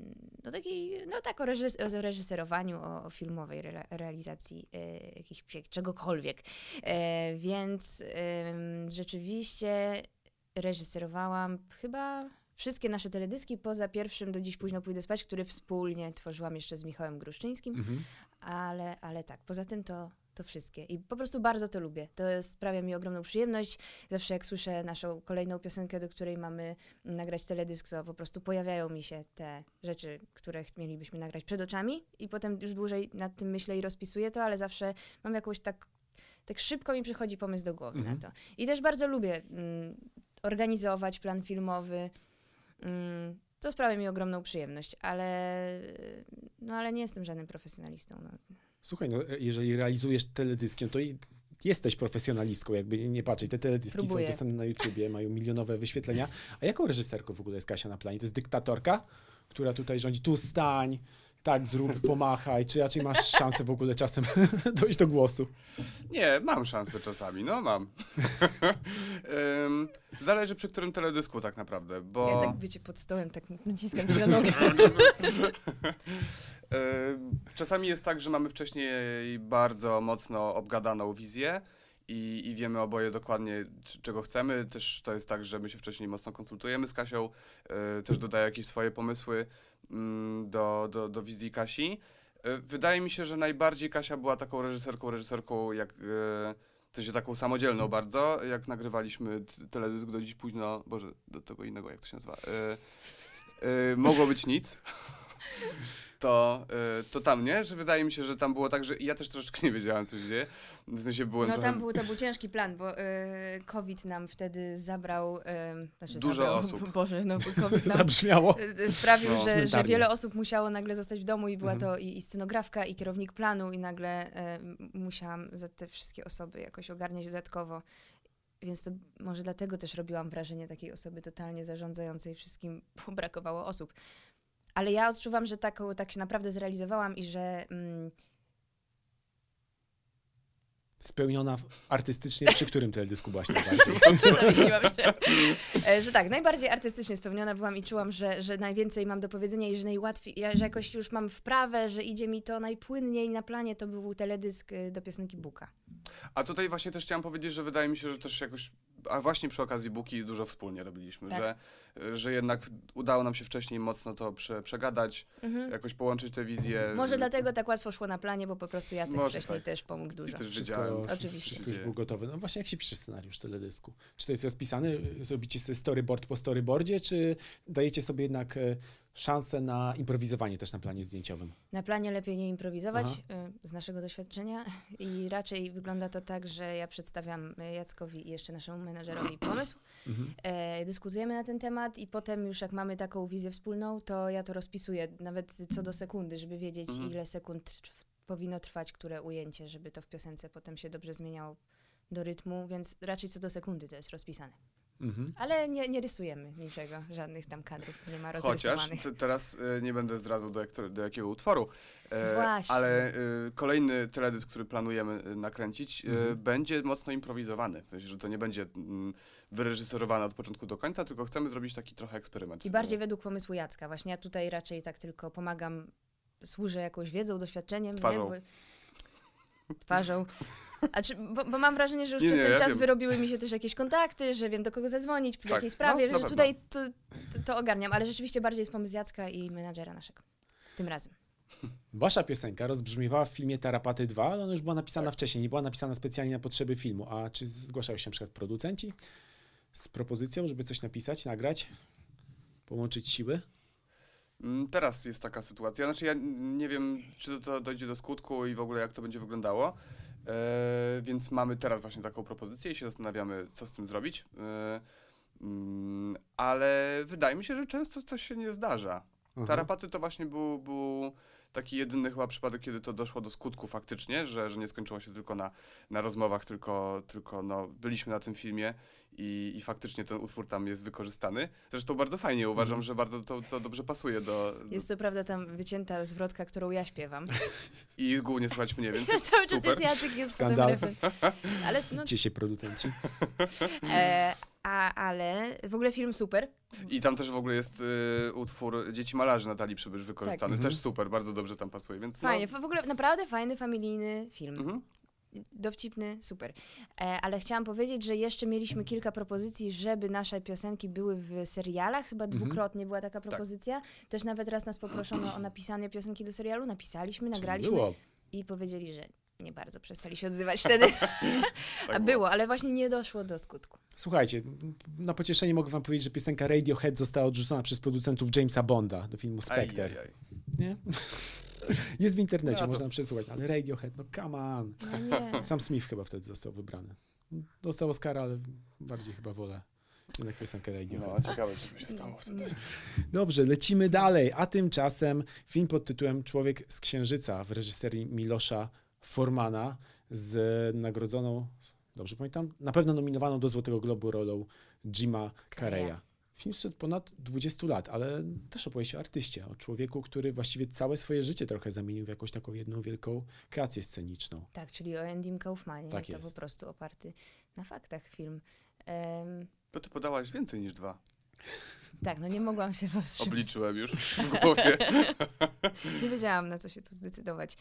reżyserowaniu, o filmowej realizacji czegokolwiek. Więc rzeczywiście reżyserowałam chyba wszystkie nasze teledyski, poza pierwszym Do dziś późno pójdę spać, który wspólnie tworzyłam jeszcze z Michałem Gruszczyńskim, ale tak, poza tym to wszystkie. I po prostu bardzo to lubię. To sprawia mi ogromną przyjemność. Zawsze jak słyszę naszą kolejną piosenkę, do której mamy nagrać teledysk, to po prostu pojawiają mi się te rzeczy, które mielibyśmy nagrać przed oczami i potem już dłużej nad tym myślę i rozpisuję to, ale zawsze mam jakąś tak szybko mi przychodzi pomysł do głowy na to. I też bardzo lubię organizować plan filmowy. To sprawia mi ogromną przyjemność, ale nie jestem żadnym profesjonalistą. No. Słuchaj, jeżeli realizujesz teledyskiem, to jesteś profesjonalistką, jakby nie patrzeć. Te teledyski są dostępne na YouTubie, mają milionowe wyświetlenia. A jaką reżyserką w ogóle jest Kasia na planie? To jest dyktatorka, która tutaj rządzi, tu stań, tak zrób, pomachaj, czy raczej masz szansę w ogóle czasem dojść do głosu? Nie, mam szansę czasami, no mam. Zależy przy którym teledysku tak naprawdę, bo... Ja tak, wiecie, pod stołem tak naciskam się na nogę. Czasami jest tak, że mamy wcześniej bardzo mocno obgadaną wizję i wiemy oboje dokładnie, czego chcemy. Też to jest tak, że my się wcześniej mocno konsultujemy z Kasią, też dodaję jakieś swoje pomysły do wizji Kasi. Wydaje mi się, że najbardziej Kasia była taką reżyserką jak... W sensie taką samodzielną bardzo, jak nagrywaliśmy teledysk do dziś późno, Boże, do tego innego, jak to się nazywa, Mogło być nic, to tam nie, że wydaje mi się, że tam było tak, że ja też troszeczkę nie wiedziałem, co się dzieje, w sensie byłem No trochę... to był ciężki plan, bo COVID nam wtedy zabrał, Dużo osób. Boże, no COVID nam Zabrzmiało. sprawił, No. że wiele osób musiało nagle zostać w domu i była to i scenografka, i kierownik planu i nagle musiałam za te wszystkie osoby jakoś ogarniać dodatkowo. Więc to może dlatego też robiłam wrażenie takiej osoby totalnie zarządzającej wszystkim, bo brakowało osób. Ale ja odczuwam, że tak się naprawdę zrealizowałam i że... Spełniona artystycznie, przy którym teledysku byłaś najbardziej? Zamyśliłam się. Że tak, najbardziej artystycznie spełniona byłam i czułam, że najwięcej mam do powiedzenia i że najłatwiej, że jakoś już mam wprawę, że idzie mi to najpłynniej na planie, to był teledysk do piosenki Buka. A tutaj właśnie też chciałam powiedzieć, że wydaje mi się, że też jakoś, a właśnie przy okazji Buki dużo wspólnie robiliśmy, Tak. że jednak udało nam się wcześniej mocno to przegadać, jakoś połączyć te wizje. Może dlatego tak łatwo szło na planie, bo po prostu Jacek Może wcześniej tak. też pomógł I dużo. też Wszystko, wiedziałem. Oczywiście. wszystko już było gotowe. No właśnie, jak się pisze scenariusz teledysku? Czy to jest rozpisane? Zrobicie sobie storyboard po storyboardzie, czy dajecie sobie jednak szansę na improwizowanie też na planie zdjęciowym? Na planie lepiej nie improwizować, z naszego doświadczenia, i raczej wygląda to tak, że ja przedstawiam Jackowi i jeszcze naszemu menadżerowi pomysł, dyskutujemy na ten temat i potem już jak mamy taką wizję wspólną, to ja to rozpisuję nawet co do sekundy, żeby wiedzieć, ile sekund powinno trwać które ujęcie, żeby to w piosence potem się dobrze zmieniało do rytmu, więc raczej co do sekundy to jest rozpisane. Ale nie rysujemy niczego, żadnych tam kadrów nie ma rozrysowanych. Chociaż teraz nie będę zdradzał do jakiego utworu, Właśnie. ale kolejny teledysk, który planujemy nakręcić, będzie mocno improwizowany. W sensie, że to nie będzie wyreżyserowane od początku do końca, tylko chcemy zrobić taki trochę eksperyment. I bardziej według pomysłu Jacka. Właśnie ja tutaj raczej tak tylko pomagam, służę jakąś wiedzą, doświadczeniem. Twarzą. Nie? Twarzą. Bo mam wrażenie, że już Nie, przez ten ja czas wiem. wyrobiły mi się też jakieś kontakty, że wiem do kogo zadzwonić, w Tak, jakiej sprawie, no, na że pewno. tutaj to ogarniam, ale rzeczywiście bardziej jest pomysł Jacka i menadżera naszego. Tym razem. Wasza piosenka rozbrzmiewała w filmie Tarapaty 2, ale ona już była napisana wcześniej, nie była napisana specjalnie na potrzeby filmu. A czy zgłaszają się na przykład producenci z propozycją, żeby coś napisać, nagrać, połączyć siły? Teraz jest taka sytuacja. Znaczy ja nie wiem, czy to dojdzie do skutku i w ogóle jak to będzie wyglądało. Więc mamy teraz właśnie taką propozycję i się zastanawiamy, co z tym zrobić. Ale wydaje mi się, że często to się nie zdarza. Tarapaty to właśnie był taki jedyny chyba przypadek, kiedy to doszło do skutku faktycznie, że nie skończyło się tylko na rozmowach, tylko no, byliśmy na tym filmie i faktycznie ten utwór tam jest wykorzystany. Zresztą bardzo fajnie, uważam, że bardzo to dobrze pasuje Jest co prawda tam wycięta zwrotka, którą ja śpiewam. I głównie słuchać mnie, więc Cały czas super. jest Jacek, jest potem Skandal. refren. Ale, no, Gdzie się producenci? ale w ogóle film super. I tam też w ogóle jest utwór Dzieci malarzy Natalii Przybysz wykorzystany. Tak. Też super, bardzo dobrze tam pasuje, więc Fajnie, w ogóle naprawdę fajny, familijny film. Mhm. Dowcipny, super. Ale chciałam powiedzieć, że jeszcze mieliśmy kilka propozycji, żeby nasze piosenki były w serialach. Chyba dwukrotnie była taka propozycja. Też nawet raz nas poproszono o napisanie piosenki do serialu. Napisaliśmy, nagraliśmy Było. i powiedzieli, że nie bardzo przestali się odzywać wtedy. A było, ale właśnie nie doszło do skutku. Słuchajcie, na pocieszenie mogę wam powiedzieć, że piosenka Radiohead została odrzucona przez producentów Jamesa Bonda do filmu Spectre. Ajajaj. Nie? Jest w internecie, No to- można przesłuchać, ale Radiohead, no come on. No nie. Sam Smith chyba wtedy został wybrany. Dostał Oscara, ale bardziej chyba wolę jednak piosenkę Radiohead. No, ciekawe, co by się stało wtedy. Dobrze, lecimy dalej. A tymczasem film pod tytułem Człowiek z Księżyca w reżyserii Milosza Formana z nagrodzoną, dobrze pamiętam, na pewno nominowaną do Złotego Globu rolą Jima Carreya. Film sprzed ponad 20 lat, ale też opowieść o artyście, o człowieku, który właściwie całe swoje życie trochę zamienił w jakąś taką jedną wielką kreację sceniczną. Tak, czyli o Andym Kaufmanie. Tak to jest. po prostu oparty na faktach film. Bo ty podałaś więcej niż 2. Tak, no nie mogłam się powstrzymać. Obliczyłem już w głowie. Nie wiedziałam, na co się tu zdecydować.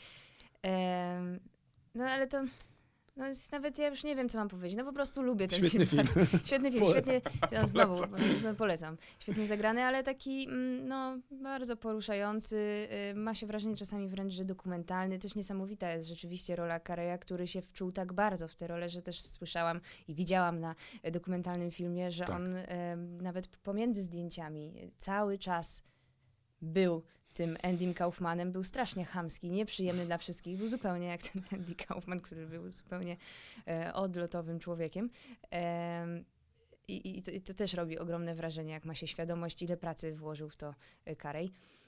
No ale to... No nawet ja już nie wiem, co mam powiedzieć. No po prostu lubię ten Świetny film. film. Świetny film, Polecam. świetnie... No, znowu, polecam. Świetnie zagrany, ale taki no bardzo poruszający. Ma się wrażenie czasami wręcz, że dokumentalny. Też niesamowita jest rzeczywiście rola Careya, który się wczuł tak bardzo w tę rolę, że też słyszałam i widziałam na dokumentalnym filmie, że Tak. on nawet pomiędzy zdjęciami cały czas był tym Andym Kaufmanem, był strasznie chamski, nieprzyjemny dla wszystkich. Był zupełnie jak ten Andy Kaufman, który był zupełnie odlotowym człowiekiem. I to też robi ogromne wrażenie, jak ma się świadomość, ile pracy włożył w to Carey.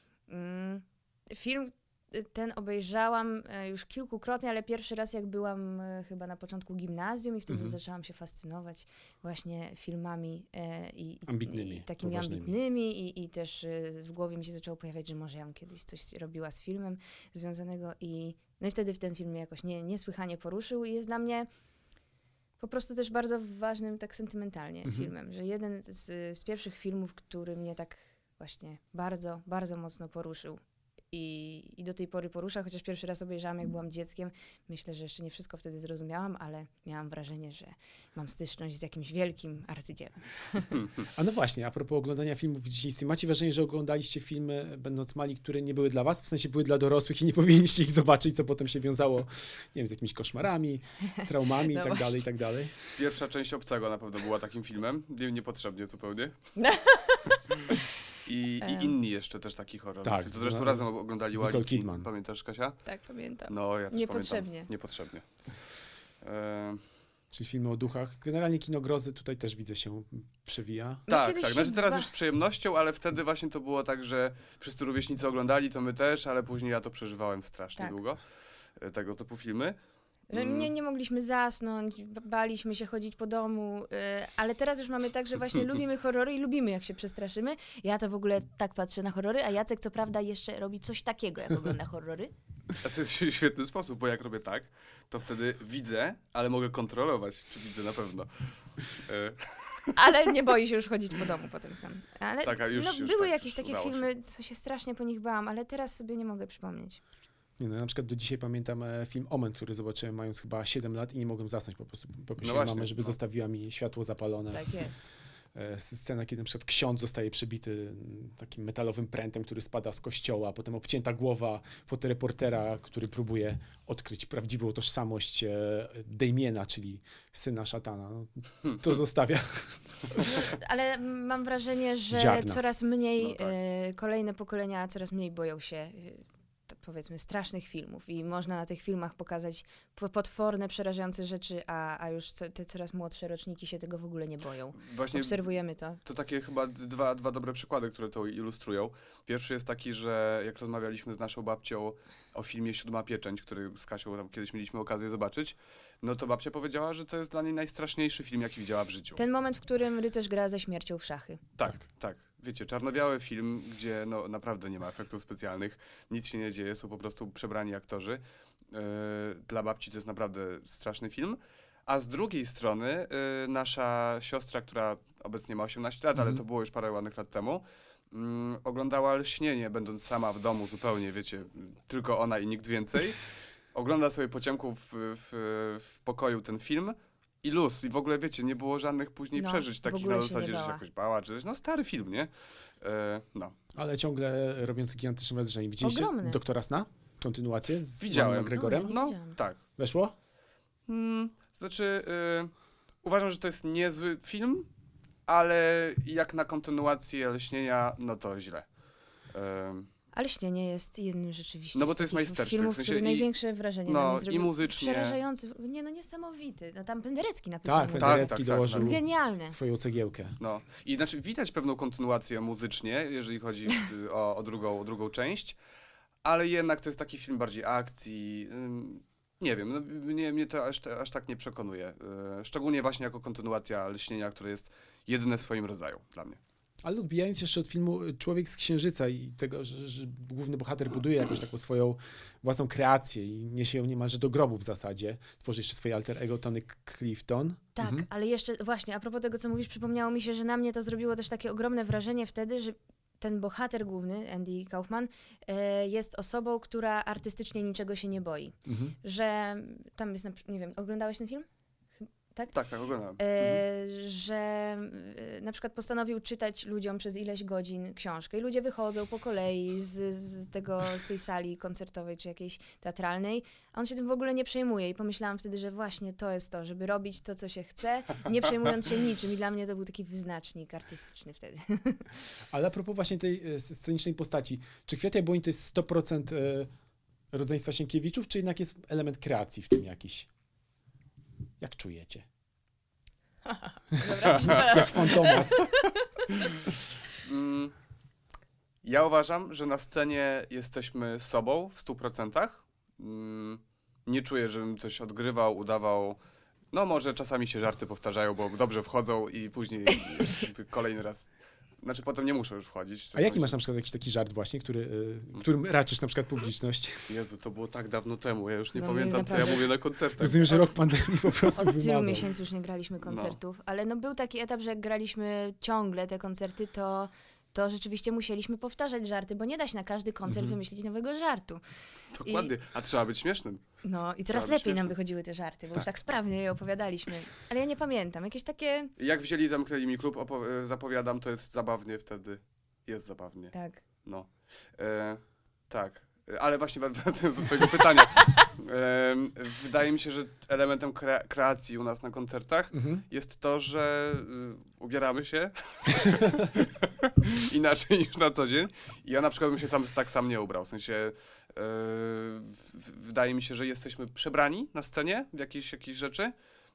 Film ten obejrzałam już kilkukrotnie, ale pierwszy raz jak byłam chyba na początku gimnazjum i wtedy zaczęłam się fascynować właśnie filmami Ambitnymi, i takimi poważnymi. ambitnymi i też w głowie mi się zaczęło pojawiać, że może ja bym kiedyś coś robiła z filmem związanego no i wtedy ten film mnie jakoś niesłychanie poruszył i jest dla mnie po prostu też bardzo ważnym tak sentymentalnie filmem, że jeden z pierwszych filmów, który mnie tak właśnie bardzo, bardzo mocno poruszył. I do tej pory porusza, chociaż pierwszy raz obejrzałam, jak byłam dzieckiem. Myślę, że jeszcze nie wszystko wtedy zrozumiałam, ale miałam wrażenie, że mam styczność z jakimś wielkim arcydziełem. A no właśnie, a propos oglądania filmów w dzieciństwie, macie wrażenie, że oglądaliście filmy, będąc mali, które nie były dla was, w sensie były dla dorosłych i nie powinniście ich zobaczyć, co potem się wiązało, nie wiem, z jakimiś koszmarami, traumami No i tak dalej, właśnie. i tak dalej. Pierwsza część Obcego na pewno była takim filmem. Niepotrzebnie zupełnie. I inni jeszcze też taki horror. Tak, To zresztą z- razem oglądali z Nicole Alicji. Kidman. Pamiętasz, Kasia? Tak, pamiętam. No, ja też Niepotrzebnie. pamiętam. Niepotrzebnie. Czyli filmy o duchach. Generalnie kino grozy tutaj też widzę się przewija. No Tak, kiedyś tak. się Znaczy teraz już z przyjemnością, ale wtedy właśnie to było tak, że wszyscy rówieśnicy oglądali, to my też, ale później ja to przeżywałem strasznie Tak. długo. Tego typu filmy. Że nie mogliśmy zasnąć, baliśmy się chodzić po domu, ale teraz już mamy tak, że właśnie lubimy horrory i lubimy, jak się przestraszymy. Ja to w ogóle tak patrzę na horrory, a Jacek co prawda jeszcze robi coś takiego, jak ogląda horrory. A to jest świetny sposób, bo jak robię tak, to wtedy widzę, ale mogę kontrolować, czy widzę na pewno. Ale nie boi się już chodzić po domu potem sam. Ale Tak, a już były tak, jakieś już takie udało się. filmy, co się strasznie po nich bałam, ale teraz sobie nie mogę przypomnieć. Nie, no, na przykład do dzisiaj pamiętam film Omen, który zobaczyłem mając chyba 7 lat i nie mogłem zasnąć po prostu. Poprosiłem właśnie, mamę, żeby no. zostawiła mi światło zapalone. Tak jest. Scena, kiedy na przykład ksiądz zostaje przebity takim metalowym prętem, który spada z kościoła, potem obcięta głowa fotoreportera, który próbuje odkryć prawdziwą tożsamość Damiena, czyli syna szatana. No, to zostawia. Ale mam wrażenie, że Ziarna. coraz mniej, No tak. kolejne pokolenia coraz mniej boją się powiedzmy strasznych filmów i można na tych filmach pokazać potworne, przerażające rzeczy, a już te coraz młodsze roczniki się tego w ogóle nie boją. Właśnie Obserwujemy to. to takie chyba dwa dobre przykłady, które to ilustrują. Pierwszy jest taki, że jak rozmawialiśmy z naszą babcią o filmie Siódma Pieczęć, który z Kasią tam kiedyś mieliśmy okazję zobaczyć, no to babcia powiedziała, że to jest dla niej najstraszniejszy film, jaki widziała w życiu. Ten moment, w którym rycerz gra ze śmiercią w szachy. Tak. Wiecie, czarno-biały film, gdzie no naprawdę nie ma efektów specjalnych, nic się nie dzieje, są po prostu przebrani aktorzy. Dla babci to jest naprawdę straszny film. A z drugiej strony nasza siostra, która obecnie ma 18 lat, ale to było już parę ładnych lat temu, oglądała Lśnienie, będąc sama w domu zupełnie, wiecie, tylko ona i nikt więcej. Ogląda sobie po ciemku w pokoju ten film i luz. I w ogóle, wiecie, nie było żadnych później No, przeżyć w takich ogóle na się zasadzie, nie że się bała. jakoś bała, czy coś. No stary film, nie? No. Ale ciągle robiąc gigantyczne wrażenie. Widzieliście Ogromny. Doktora Sna? Kontynuację z Widziałem. McGregorem? No, ja nie No, widziałam. tak. Weszło? Znaczy, uważam, że to jest niezły film, ale jak na kontynuację Lśnienia, no to źle. Ale Śnienie jest jednym rzeczywiście No bo z to jest takich majstersztyk, filmów, w sensie który i- największe wrażenie no, na mnie i zrobił. muzycznie. Przerażający, nie no niesamowity. No tam Penderecki napisał. Tak, muzykę. Penderecki tak, dołożył tak. Genialne. swoją cegiełkę. No. I znaczy widać pewną kontynuację muzycznie, jeżeli chodzi o drugą część, ale jednak to jest taki film bardziej akcji. Nie wiem, no, mnie to aż tak nie przekonuje. Szczególnie właśnie jako kontynuacja Lśnienia, które jest jedyne w swoim rodzaju dla mnie. Ale odbijając jeszcze od filmu Człowiek z Księżyca i tego, że główny bohater buduje jakąś taką swoją własną kreację i niesie ją niemalże do grobu w zasadzie. Tworzy jeszcze swoje alter ego Tony Clifton. Tak, ale jeszcze właśnie a propos tego, co mówisz, przypomniało mi się, że na mnie to zrobiło też takie ogromne wrażenie wtedy, że ten bohater główny, Andy Kaufman, jest osobą, która artystycznie niczego się nie boi. Że tam jest, nie wiem, oglądałeś ten film? Tak? Tak, oglądałem. Że na przykład postanowił czytać ludziom przez ileś godzin książkę i ludzie wychodzą po kolei z tej sali koncertowej czy jakiejś teatralnej, a on się tym w ogóle nie przejmuje i pomyślałam wtedy, że właśnie to jest to, żeby robić to, co się chce, nie przejmując się niczym i dla mnie to był taki wyznacznik artystyczny wtedy. Ale a propos właśnie tej scenicznej postaci, czy Kwiat Jabłoni to jest 100% rodzeństwa Sienkiewiczów, czy jednak jest element kreacji w tym jakiś? Jak czujecie? Dobra, Jak Fantomas. Ja uważam, że na scenie jesteśmy sobą w 100%. Nie czuję, żebym coś odgrywał, udawał. No może czasami się żarty powtarzają, bo dobrze wchodzą i później kolejny raz. Znaczy potem nie muszę już wchodzić. A jaki masz na przykład jakiś taki żart właśnie, którym raczysz na przykład publiczność? Jezu, to było tak dawno temu, ja już nie No, pamiętam, co ja mówię na koncertach. Rozumiem, że rok pandemii po prostu Od tylu wymazał. miesięcy już nie graliśmy koncertów, ale no był taki etap, że jak graliśmy ciągle te koncerty, to rzeczywiście musieliśmy powtarzać żarty, bo nie da się na każdy koncert wymyślić nowego żartu. Dokładnie, a trzeba być śmiesznym. No i coraz Trzeba być lepiej nam śmiesznym. wychodziły te żarty, bo już tak sprawnie je opowiadaliśmy. Ale ja nie pamiętam, jakieś takie... Jak wzięli, zamknęli mi klub, zapowiadam, to jest zabawnie wtedy. Jest zabawnie. Tak. No. Tak. Ale właśnie wracając do twojego pytania. Wydaje mi się, że elementem kreacji u nas na koncertach jest to, że ubieramy się inaczej niż na co dzień. I ja na przykład bym się tak sam nie ubrał. W sensie wydaje mi się, że jesteśmy przebrani na scenie w jakieś rzeczy.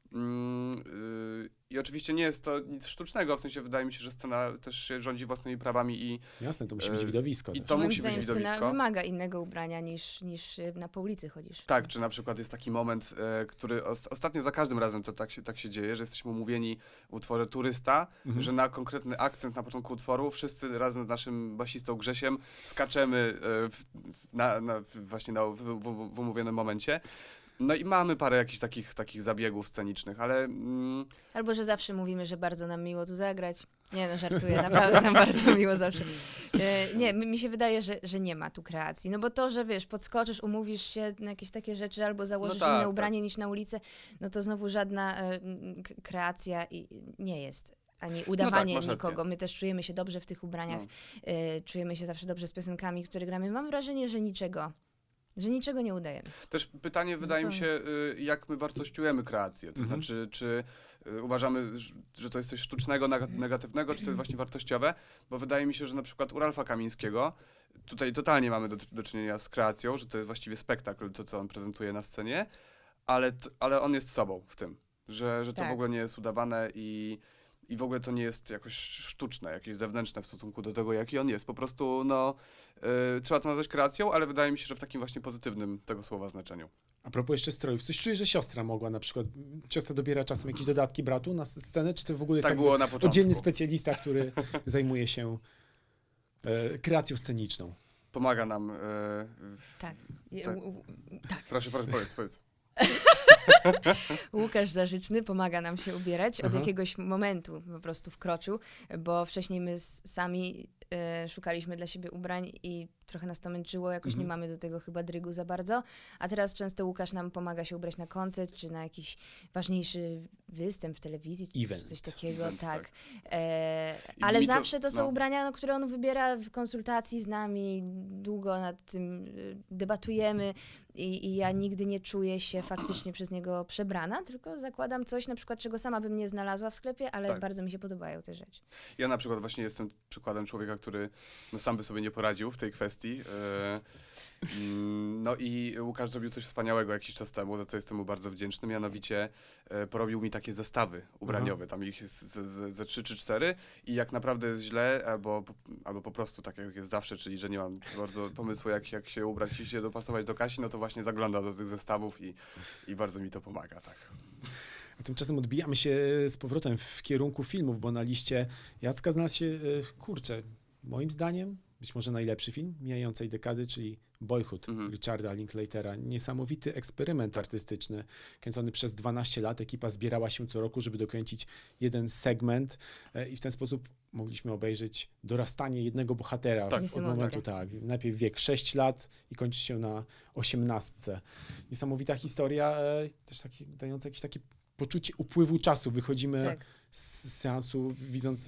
I oczywiście nie jest to nic sztucznego, w sensie wydaje mi się, że scena też się rządzi własnymi prawami i... Jasne, to musi być widowisko. I też. to Moim musi być zdaniem scena widowisko. wymaga innego ubrania niż na po ulicy chodzisz. Tak, czy na przykład jest taki moment, który ostatnio za każdym razem to tak się dzieje, że jesteśmy umówieni w utworze Turysta, że na konkretny akcent na początku utworu wszyscy razem z naszym basistą Grzesiem skaczemy właśnie w umówionym momencie. No i mamy parę jakichś takich zabiegów scenicznych, ale... Albo, że zawsze mówimy, że bardzo nam miło tu zagrać. Nie no, żartuję, naprawdę nam bardzo miło zawsze. Nie, mi się wydaje, że nie ma tu kreacji. No bo to, że wiesz, podskoczysz, umówisz się na jakieś takie rzeczy albo założysz inne ubranie niż na ulicę, no to znowu żadna kreacja nie jest. Ani udawanie nikogo. My też czujemy się dobrze w tych ubraniach. Czujemy się zawsze dobrze z piosenkami, które gramy. Mam wrażenie, że niczego nie udajemy. Też pytanie, wydaje mi się, jak my wartościujemy kreację. To znaczy, czy uważamy, że to jest coś sztucznego, negatywnego, czy to jest właśnie wartościowe? Bo wydaje mi się, że na przykład u Ralfa Kamińskiego tutaj totalnie mamy do czynienia z kreacją, że to jest właściwie spektakl, to co on prezentuje na scenie, ale on jest sobą w tym, że to w ogóle nie jest udawane i w ogóle to nie jest jakoś sztuczne, jakieś zewnętrzne w stosunku do tego, jaki on jest. Po prostu, trzeba to nazwać kreacją, ale wydaje mi się, że w takim właśnie pozytywnym tego słowa znaczeniu. A propos jeszcze strojów, coś czuję, że siostra mogła na przykład, siostra dobiera czasem jakieś dodatki bratu na scenę, czy to w ogóle jest tak było na początku. Oddzielny specjalista, który zajmuje się kreacją sceniczną? Pomaga nam... Tak. Tak. Proszę, powiedz. Łukasz Zarzyczny pomaga nam się ubierać. Od jakiegoś momentu po prostu wkroczył, bo wcześniej my sami szukaliśmy dla siebie ubrań i trochę nas to męczyło, jakoś nie mamy do tego chyba drygu za bardzo, a teraz często Łukasz nam pomaga się ubrać na koncert, czy na jakiś ważniejszy występ w telewizji, czy coś takiego, tak. Ale zawsze to są ubrania, które on wybiera w konsultacji z nami, długo nad tym debatujemy i ja nigdy nie czuję się faktycznie przez niego przebrana, tylko zakładam coś, na przykład czego sama bym nie znalazła w sklepie, ale bardzo mi się podobają te rzeczy. Ja na przykład właśnie jestem przykładem człowieka, który sam by sobie nie poradził w tej kwestii. No i Łukasz zrobił coś wspaniałego jakiś czas temu, za co jestem mu bardzo wdzięczny, mianowicie porobił mi takie zestawy ubraniowe, tam ich jest ze 3 czy 4 i jak naprawdę jest źle, albo po prostu tak jak jest zawsze, czyli że nie mam bardzo pomysłu jak się ubrać i się dopasować do Kasi, no to właśnie zagląda do tych zestawów i bardzo mi to pomaga, tak. A tymczasem odbijamy się z powrotem w kierunku filmów, bo na liście Jacka znalazł się, kurczę, moim zdaniem, być może najlepszy film mijającej dekady, czyli Boyhood Richarda Linklatera. Niesamowity eksperyment artystyczny, kręcony przez 12 lat. Ekipa zbierała się co roku, żeby dokręcić jeden segment i w ten sposób mogliśmy obejrzeć dorastanie jednego bohatera od momentu, najpierw wiek 6 lat i kończy się na 18. Niesamowita historia, też dająca jakieś takie poczucie upływu czasu. Wychodzimy z seansu widząc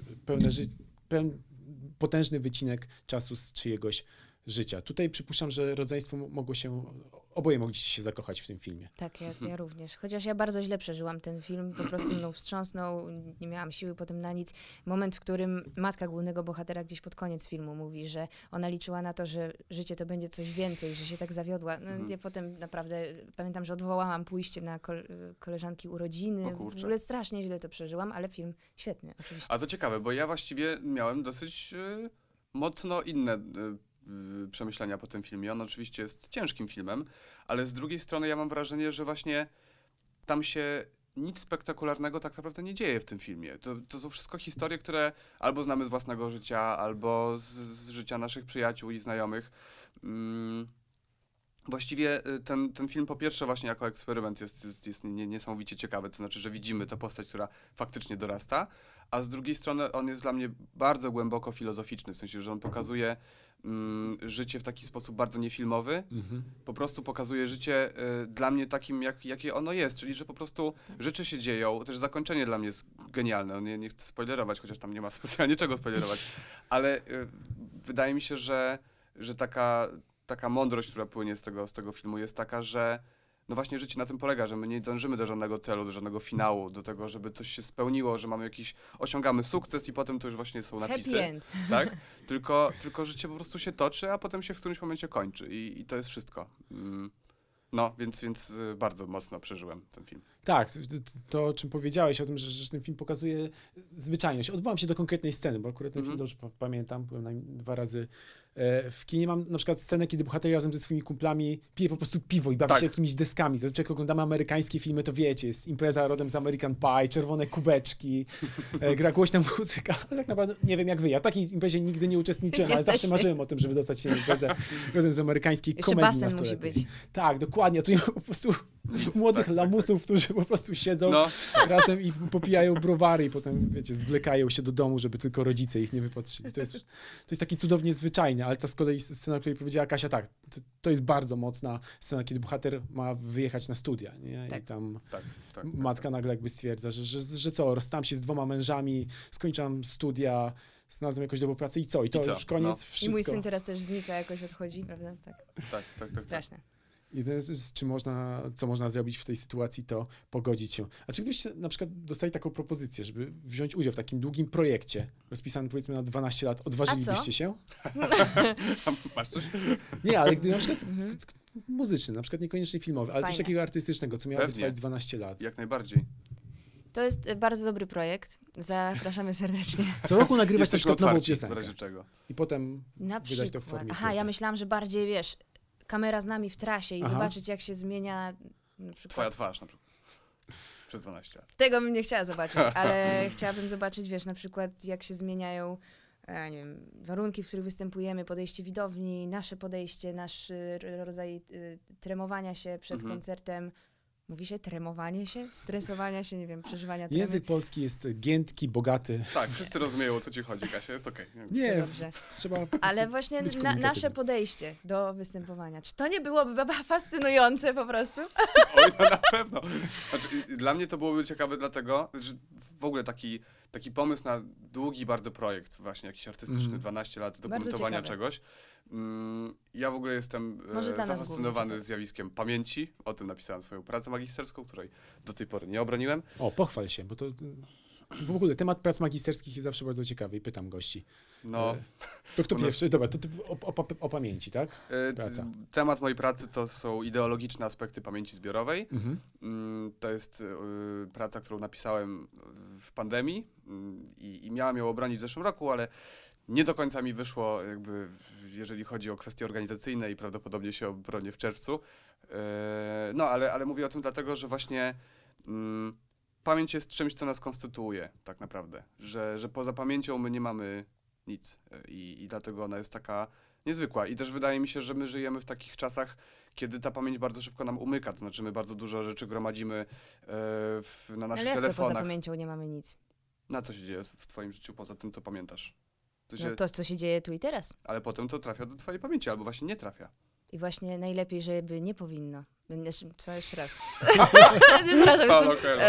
potężny wycinek czasu z czyjegoś życia. Tutaj przypuszczam, że rodzeństwo oboje mogliście się zakochać w tym filmie. Tak, ja również. Chociaż ja bardzo źle przeżyłam ten film, po prostu mną wstrząsnął, nie miałam siły potem na nic. Moment, w którym matka głównego bohatera gdzieś pod koniec filmu mówi, że ona liczyła na to, że życie to będzie coś więcej, że się tak zawiodła. No, ja potem naprawdę pamiętam, że odwołałam pójście na koleżanki urodziny. W ogóle strasznie źle to przeżyłam, ale film świetny, oczywiście. A to ciekawe, bo ja właściwie miałem dosyć mocno inne przemyślenia po tym filmie. On oczywiście jest ciężkim filmem, ale z drugiej strony ja mam wrażenie, że właśnie tam się nic spektakularnego tak naprawdę nie dzieje w tym filmie. To są wszystko historie, które albo znamy z własnego życia, albo z życia naszych przyjaciół i znajomych. Właściwie ten film po pierwsze właśnie jako eksperyment jest niesamowicie ciekawy, to znaczy, że widzimy tę postać, która faktycznie dorasta, a z drugiej strony on jest dla mnie bardzo głęboko filozoficzny, w sensie, że on pokazuje życie w taki sposób bardzo niefilmowy, po prostu pokazuje życie dla mnie takim, jakie ono jest, czyli że po prostu rzeczy się dzieją, też zakończenie dla mnie jest genialne, nie chcę spoilerować, chociaż tam nie ma specjalnie czego spoilerować, ale wydaje mi się, że taka mądrość, która płynie z tego filmu jest taka, że no właśnie życie na tym polega, że my nie dążymy do żadnego celu, do żadnego finału, do tego, żeby coś się spełniło, że mamy osiągamy sukces i potem to już właśnie są napisy. Happy end. Tak? Tylko życie po prostu się toczy, a potem się w którymś momencie kończy i to jest wszystko. No, więc bardzo mocno przeżyłem ten film. Tak, to o czym powiedziałeś, o tym, że ten film pokazuje zwyczajność. Odwołam się do konkretnej sceny, bo akurat ten film dobrze pamiętam, byłem 2 razy w kinie. Mam na przykład scenę, kiedy bohater razem ze swoimi kumplami pije po prostu piwo i bawi się jakimiś deskami. Zazwyczaj jak oglądamy amerykańskie filmy, to wiecie, jest impreza rodem z American Pie, czerwone kubeczki, gra głośna muzyka. Ale tak naprawdę nie wiem jak wy, ja w takiej imprezie nigdy nie uczestniczyłem, ale zawsze marzyłem o tym, żeby dostać się na imprezę rodem z amerykańskiej komedii basen musi być. Tak, dokładnie. Tu nie ma po prostu młodych lamusów, którzy po prostu siedzą razem i popijają browary i potem, wiecie, zwlekają się do domu, żeby tylko rodzice ich nie wypatrzyli. To jest taki cudownie zwyczajny, ale ta z kolei scena, o której powiedziała Kasia, tak, to jest bardzo mocna scena, kiedy bohater ma wyjechać na studia, nie? I tam matka nagle jakby stwierdza, że co, rozstałam się z 2 mężami, skończyłam studia, znalazłem jakąś dobrą pracę i co? I to już koniec, wszystko. I mój syn teraz też znika, jakoś odchodzi, prawda? Tak. Straszne. Jedyne, co można zrobić w tej sytuacji, to pogodzić się. A czy gdybyście na przykład dostali taką propozycję, żeby wziąć udział w takim długim projekcie, rozpisanym powiedzmy na 12 lat, odważylibyście się? Masz coś? Nie, ale gdy na przykład muzyczny, na przykład niekoniecznie filmowy, ale coś takiego artystycznego, co miałoby trwać 12 lat. Jak najbardziej. To jest bardzo dobry projekt. Zapraszamy serdecznie. Co roku nagrywać na przykład nową piosenkę. W razie czego. I potem wydać to w formie płyty. Ja myślałam, że bardziej, wiesz, kamera z nami w trasie i zobaczyć, jak się zmienia na przykład... Twoja twarz na przykład. Przez 12 lat. Tego bym nie chciała zobaczyć, ale chciałabym zobaczyć, wiesz, na przykład jak się zmieniają nie wiem, warunki, w których występujemy, podejście widowni, nasze podejście, nasz rodzaj tremowania się przed koncertem. Mówi się tremowanie się? Stresowania się, nie wiem, przeżywania tremy. Język polski jest giętki, bogaty. Tak, wszyscy rozumieją, o co ci chodzi, Kasia, jest okej. Nie, dobrze. Trzeba ale właśnie nasze podejście do występowania. Czy to nie byłoby fascynujące po prostu? Oj, no na pewno. Znaczy, dla mnie to byłoby ciekawe dlatego, że w ogóle taki pomysł na długi bardzo projekt, właśnie jakiś artystyczny, 12 lat dokumentowania czegoś. Ja w ogóle jestem zafascynowany zjawiskiem pamięci. O tym napisałem swoją pracę magisterską, której do tej pory nie obroniłem. O, pochwal się, bo to w ogóle temat prac magisterskich jest zawsze bardzo ciekawy i pytam gości. No. To kto pierwszy? Dobra, to o pamięci, tak? Praca. Temat mojej pracy to są ideologiczne aspekty pamięci zbiorowej. To jest praca, którą napisałem w pandemii i miałem ją obronić w zeszłym roku, ale nie do końca mi wyszło, jakby, jeżeli chodzi o kwestie organizacyjne i prawdopodobnie się obronię w czerwcu. No, ale mówię o tym dlatego, że właśnie pamięć jest czymś, co nas konstytuuje tak naprawdę, że poza pamięcią my nie mamy nic i dlatego ona jest taka niezwykła. I też wydaje mi się, że my żyjemy w takich czasach, kiedy ta pamięć bardzo szybko nam umyka, to znaczy my bardzo dużo rzeczy gromadzimy na naszych Ale jak to poza telefonach. pamięcią nie mamy nic? Na co się dzieje w twoim życiu poza tym, co pamiętasz? No to, co się dzieje tu i teraz. Ale potem to trafia do twojej pamięci, albo właśnie nie trafia. I właśnie najlepiej, żeby nie powinno. Co jeszcze raz? Paulo Coelho.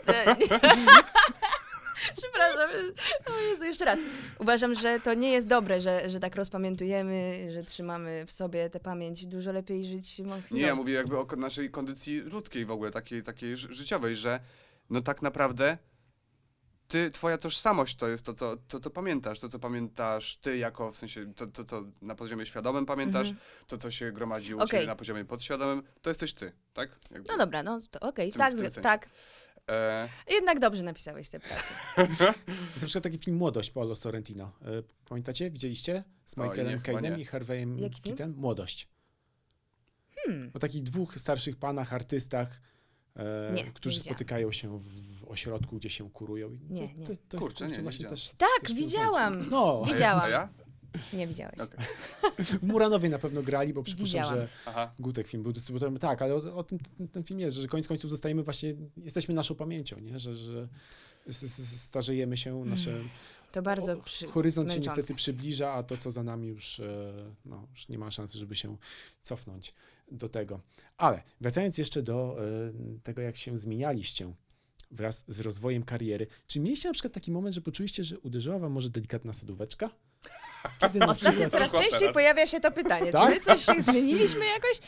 Przepraszam. O Jezu, jeszcze raz. Uważam, że to nie jest dobre, że tak rozpamiętujemy, że trzymamy w sobie tę pamięć. Dużo lepiej żyć. Nie, ja mówię jakby o naszej kondycji ludzkiej w ogóle, takiej życiowej, że no tak naprawdę twoja tożsamość to jest to, co pamiętasz ty jako, w sensie to, co na poziomie świadomym pamiętasz, to, co się gromadzi u ciebie na poziomie podświadomym, to jesteś ty, tak? Jakby no dobra, no to okej, w tym tak, sensie. tak. Jednak dobrze napisałeś tę pracę. Jest na przykład taki film Młodość Paolo Sorrentino. Pamiętacie? Widzieliście? Z Michaelem Caine'em i Harvey'em Keitem? Młodość. O takich dwóch starszych panach, artystach, którzy spotykają się w ośrodku, gdzie się kurują. Nie. To Kurczę, nie właśnie widziałem. też, Tak, też widziałam. No, Widziałam. A ja? Nie widziałeś. Okay. w Muranowie na pewno grali, bo przypuszczam, Widziałam. że Gutek film był dystrybutorem. Tak, ale o tym ten film jest, że koniec końców zostajemy właśnie, jesteśmy naszą pamięcią, nie? Że starzejemy się, nasze to bardzo horyzont się męczące. niestety przybliża, a to, co za nami już nie ma szansy, żeby się cofnąć do tego. Ale wracając jeszcze do tego, jak się zmienialiście wraz z rozwojem kariery, czy mieliście na przykład taki moment, że poczuliście, że uderzyła wam może delikatna sodóweczka? Kiedy na Ostatnio przykład... coraz częściej teraz. pojawia się to pytanie, Tak? czy my coś się zmieniliśmy jakoś?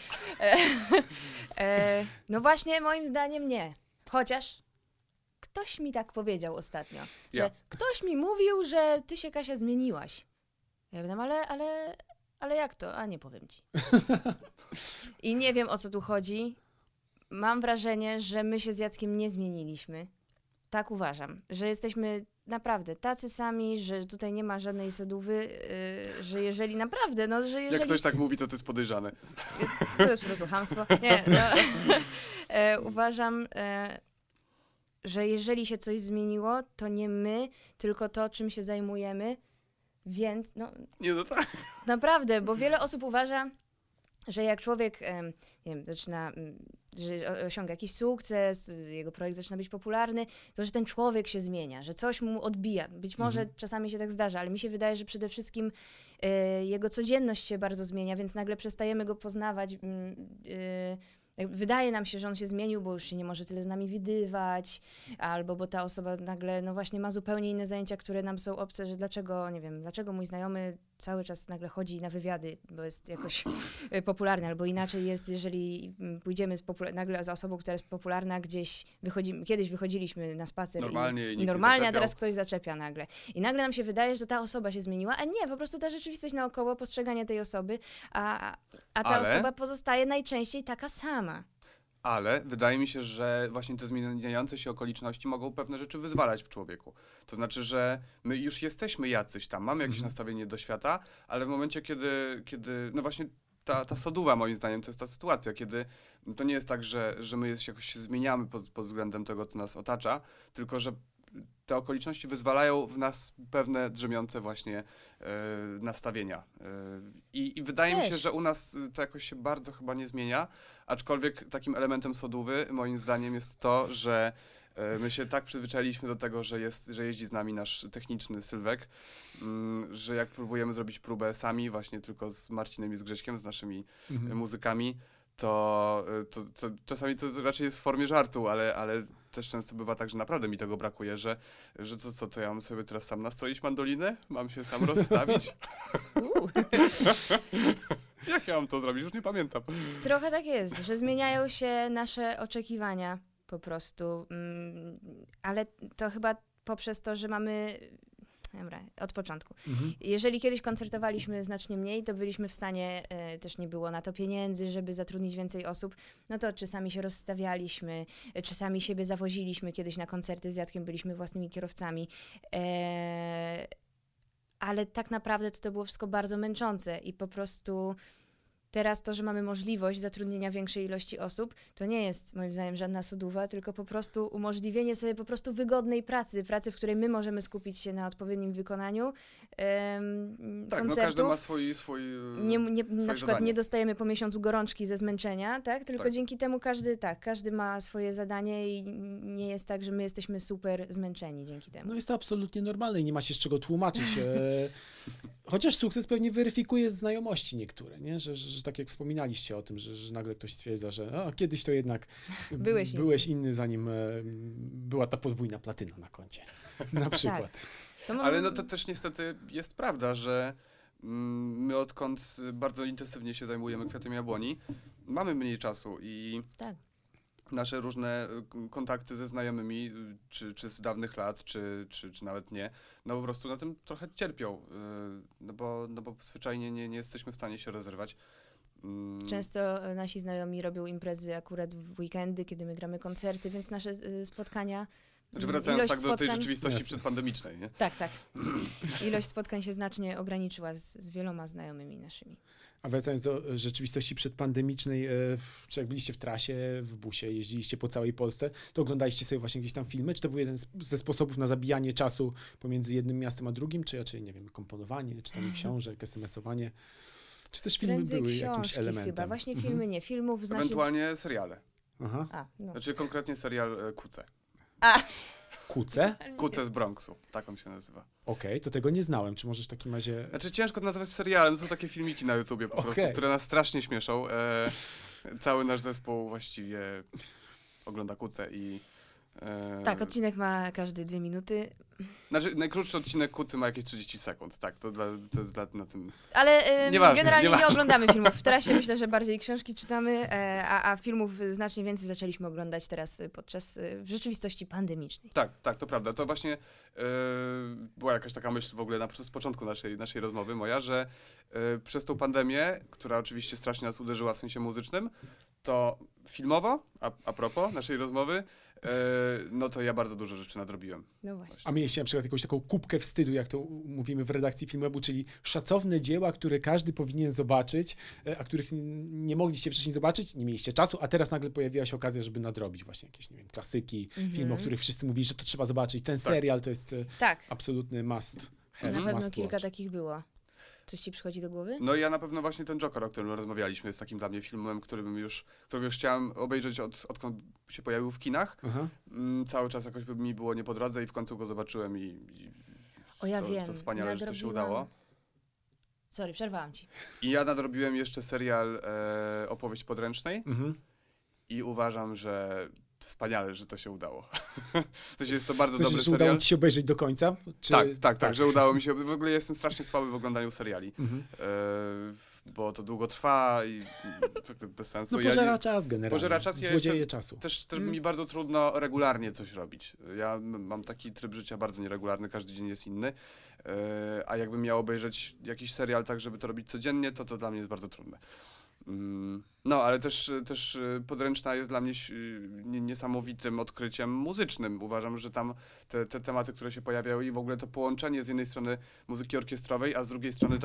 No właśnie, moim zdaniem nie. Chociaż ktoś mi tak powiedział ostatnio, że ktoś mi mówił, że ty się, Kasia, zmieniłaś. Ja pytam, ale jak to? A nie powiem ci. I nie wiem, o co tu chodzi. Mam wrażenie, że my się z Jackiem nie zmieniliśmy. Tak uważam, że jesteśmy naprawdę tacy sami, że tutaj nie ma żadnej sodówy, że jeżeli naprawdę, no, że jeżeli... Jak ktoś tak mówi, to jest podejrzane. To jest po prostu chamstwo. Nie, no. Uważam, że jeżeli się coś zmieniło, to nie my, tylko to, czym się zajmujemy, więc no... Nie, no tak. Naprawdę, bo wiele osób uważa, że jak człowiek, nie wiem, zaczyna, że osiąga jakiś sukces, jego projekt zaczyna być popularny, to że ten człowiek się zmienia, że coś mu odbija. Być może czasami się tak zdarza, ale mi się wydaje, że przede wszystkim jego codzienność się bardzo zmienia, więc nagle przestajemy go poznawać. Wydaje nam się, że on się zmienił, bo już się nie może tyle z nami widywać, albo bo ta osoba nagle, no właśnie, ma zupełnie inne zajęcia, które nam są obce, że dlaczego, nie wiem, dlaczego mój znajomy cały czas nagle chodzi na wywiady, bo jest jakoś popularny, albo inaczej jest, jeżeli pójdziemy nagle za osobą, która jest popularna, kiedyś wychodziliśmy na spacer normalnie, a teraz ktoś zaczepia nagle. I nagle nam się wydaje, że ta osoba się zmieniła, a nie, po prostu ta rzeczywistość naokoło, postrzeganie tej osoby, a ta osoba pozostaje najczęściej taka sama. Ale wydaje mi się, że właśnie te zmieniające się okoliczności mogą pewne rzeczy wyzwalać w człowieku. To znaczy, że my już jesteśmy jacyś tam, mamy jakieś nastawienie do świata, ale w momencie, kiedy no właśnie ta sodówa, moim zdaniem, to jest ta sytuacja, kiedy to nie jest tak, że my jakoś się zmieniamy pod względem tego, co nas otacza, tylko że te okoliczności wyzwalają w nas pewne drzemiące właśnie nastawienia. I wydaje mi się, że u nas to jakoś się bardzo chyba nie zmienia, aczkolwiek takim elementem sodówy moim zdaniem jest to, że my się tak przyzwyczailiśmy do tego, że jeździ z nami nasz techniczny Sylwek, że jak próbujemy zrobić próbę sami, właśnie tylko z Marcinem i z Grześkiem, z naszymi muzykami, to czasami to raczej jest w formie żartu, ale też często bywa tak, że naprawdę mi tego brakuje, że to ja mam sobie teraz sam nastroić mandolinę? Mam się sam rozstawić? Jak ja mam to zrobić? Już nie pamiętam. Trochę tak jest, że zmieniają się nasze oczekiwania po prostu, ale to chyba poprzez to, że mamy... Dobra, od początku. Jeżeli kiedyś koncertowaliśmy znacznie mniej, to byliśmy w stanie, też nie było na to pieniędzy, żeby zatrudnić więcej osób, no to czasami się rozstawialiśmy, czasami siebie zawoziliśmy, kiedyś na koncerty z Jackiem byliśmy własnymi kierowcami, ale tak naprawdę to było wszystko bardzo męczące i po prostu teraz to, że mamy możliwość zatrudnienia większej ilości osób, to nie jest moim zdaniem żadna sodówa, tylko po prostu umożliwienie sobie po prostu wygodnej pracy, w której my możemy skupić się na odpowiednim wykonaniu Tak, koncertów. no każdy ma swój Na przykład zadanie. nie dostajemy po miesiącu gorączki ze zmęczenia, tak? Tylko Tak. dzięki temu każdy ma swoje zadanie i nie jest tak, że my jesteśmy super zmęczeni dzięki temu. No jest to absolutnie normalne i nie ma się z czego tłumaczyć. Chociaż sukces pewnie weryfikuje znajomości niektóre, nie? Że tak jak wspominaliście o tym, że nagle ktoś stwierdza, że kiedyś to jednak byłeś inny, zanim była ta podwójna platyna na koncie. Na przykład. Ale no to też niestety jest prawda, że my odkąd bardzo intensywnie się zajmujemy kwiatem jabłoni, mamy mniej czasu i tak. nasze różne kontakty ze znajomymi, czy z dawnych lat, czy nawet nie, no po prostu na tym trochę cierpią, no bo zwyczajnie nie jesteśmy w stanie się rozerwać. Często nasi znajomi robią imprezy akurat w weekendy, kiedy my gramy koncerty, więc nasze spotkania... Znaczy wracając do tej rzeczywistości przedpandemicznej, nie? Tak. Ilość spotkań się znacznie ograniczyła z wieloma znajomymi naszymi. A wracając do rzeczywistości przedpandemicznej, czy jak byliście w trasie, w busie, jeździliście po całej Polsce, to oglądaliście sobie właśnie gdzieś tam filmy? Czy to był jeden ze sposobów na zabijanie czasu pomiędzy jednym miastem a drugim? Czy raczej, nie wiem, komponowanie, czytanie książek, SMS-owanie? Czy też filmy Prędzej były książki jakimś elementem? chyba. Właśnie filmy nie. Filmów znacznie... Ewentualnie seriale. Aha. Znaczy konkretnie serial Kuce. Kuce? Kuce z Bronxu, tak on się nazywa. Okej, to tego nie znałem. Czy możesz w takim razie... Znaczy ciężko to nazwać serialem, to są takie filmiki na YouTubie po prostu, które nas strasznie śmieszą. Cały nasz zespół właściwie ogląda Kuce i... Tak, odcinek ma każdy 2 minuty. Znaczy najkrótszy odcinek Kucy ma jakieś 30 sekund, tak, to jest na tym... Ale generalnie nieważne. nie oglądamy filmów. W trasie myślę, że bardziej książki czytamy, a filmów znacznie więcej zaczęliśmy oglądać teraz podczas w rzeczywistości pandemicznej. Tak, to prawda. To właśnie była jakaś taka myśl w ogóle z początku naszej rozmowy moja, że przez tą pandemię, która oczywiście strasznie nas uderzyła w sensie muzycznym, to filmowo, a propos naszej rozmowy, no to ja bardzo dużo rzeczy nadrobiłem. No właśnie. A mieliście na przykład jakąś taką kubkę wstydu, jak to mówimy w redakcji Filmwebu, czyli szacowne dzieła, które każdy powinien zobaczyć, a których nie mogliście wcześniej zobaczyć, nie mieliście czasu, a teraz nagle pojawiła się okazja, żeby nadrobić właśnie jakieś, nie wiem, klasyki, filmy, o których wszyscy mówili, że to trzeba zobaczyć. Ten serial to jest absolutny must have, Na pewno must kilka watch. takich było. Coś ci przychodzi do głowy? No i ja na pewno właśnie ten Joker, o którym rozmawialiśmy, jest takim dla mnie filmem, którego już chciałem obejrzeć odkąd się pojawił w kinach. Aha. Cały czas jakoś by mi było nie po drodze i w końcu go zobaczyłem i wiem. to wspaniale, że to się udało. Sorry, przerwałam ci. I ja nadrobiłem jeszcze serial Opowieść podręcznej i uważam, że wspaniale, że to się udało. W sensie jest to bardzo dobry że serial. udało ci się obejrzeć do końca? Czy... Tak, że udało mi się. W ogóle jestem strasznie słaby w oglądaniu seriali. Bo to długo trwa i bez sensu. No pożera czas generalnie. Pożera czas. Złodzieje czasu. Też mi bardzo trudno regularnie coś robić. Ja mam taki tryb życia bardzo nieregularny, każdy dzień jest inny. A jakbym miał obejrzeć jakiś serial tak, żeby to robić codziennie, to dla mnie jest bardzo trudne. No, ale też Podręczna jest dla mnie niesamowitym odkryciem muzycznym. Uważam, że tam te tematy, które się pojawiają i w ogóle to połączenie z jednej strony muzyki orkiestrowej, a z drugiej strony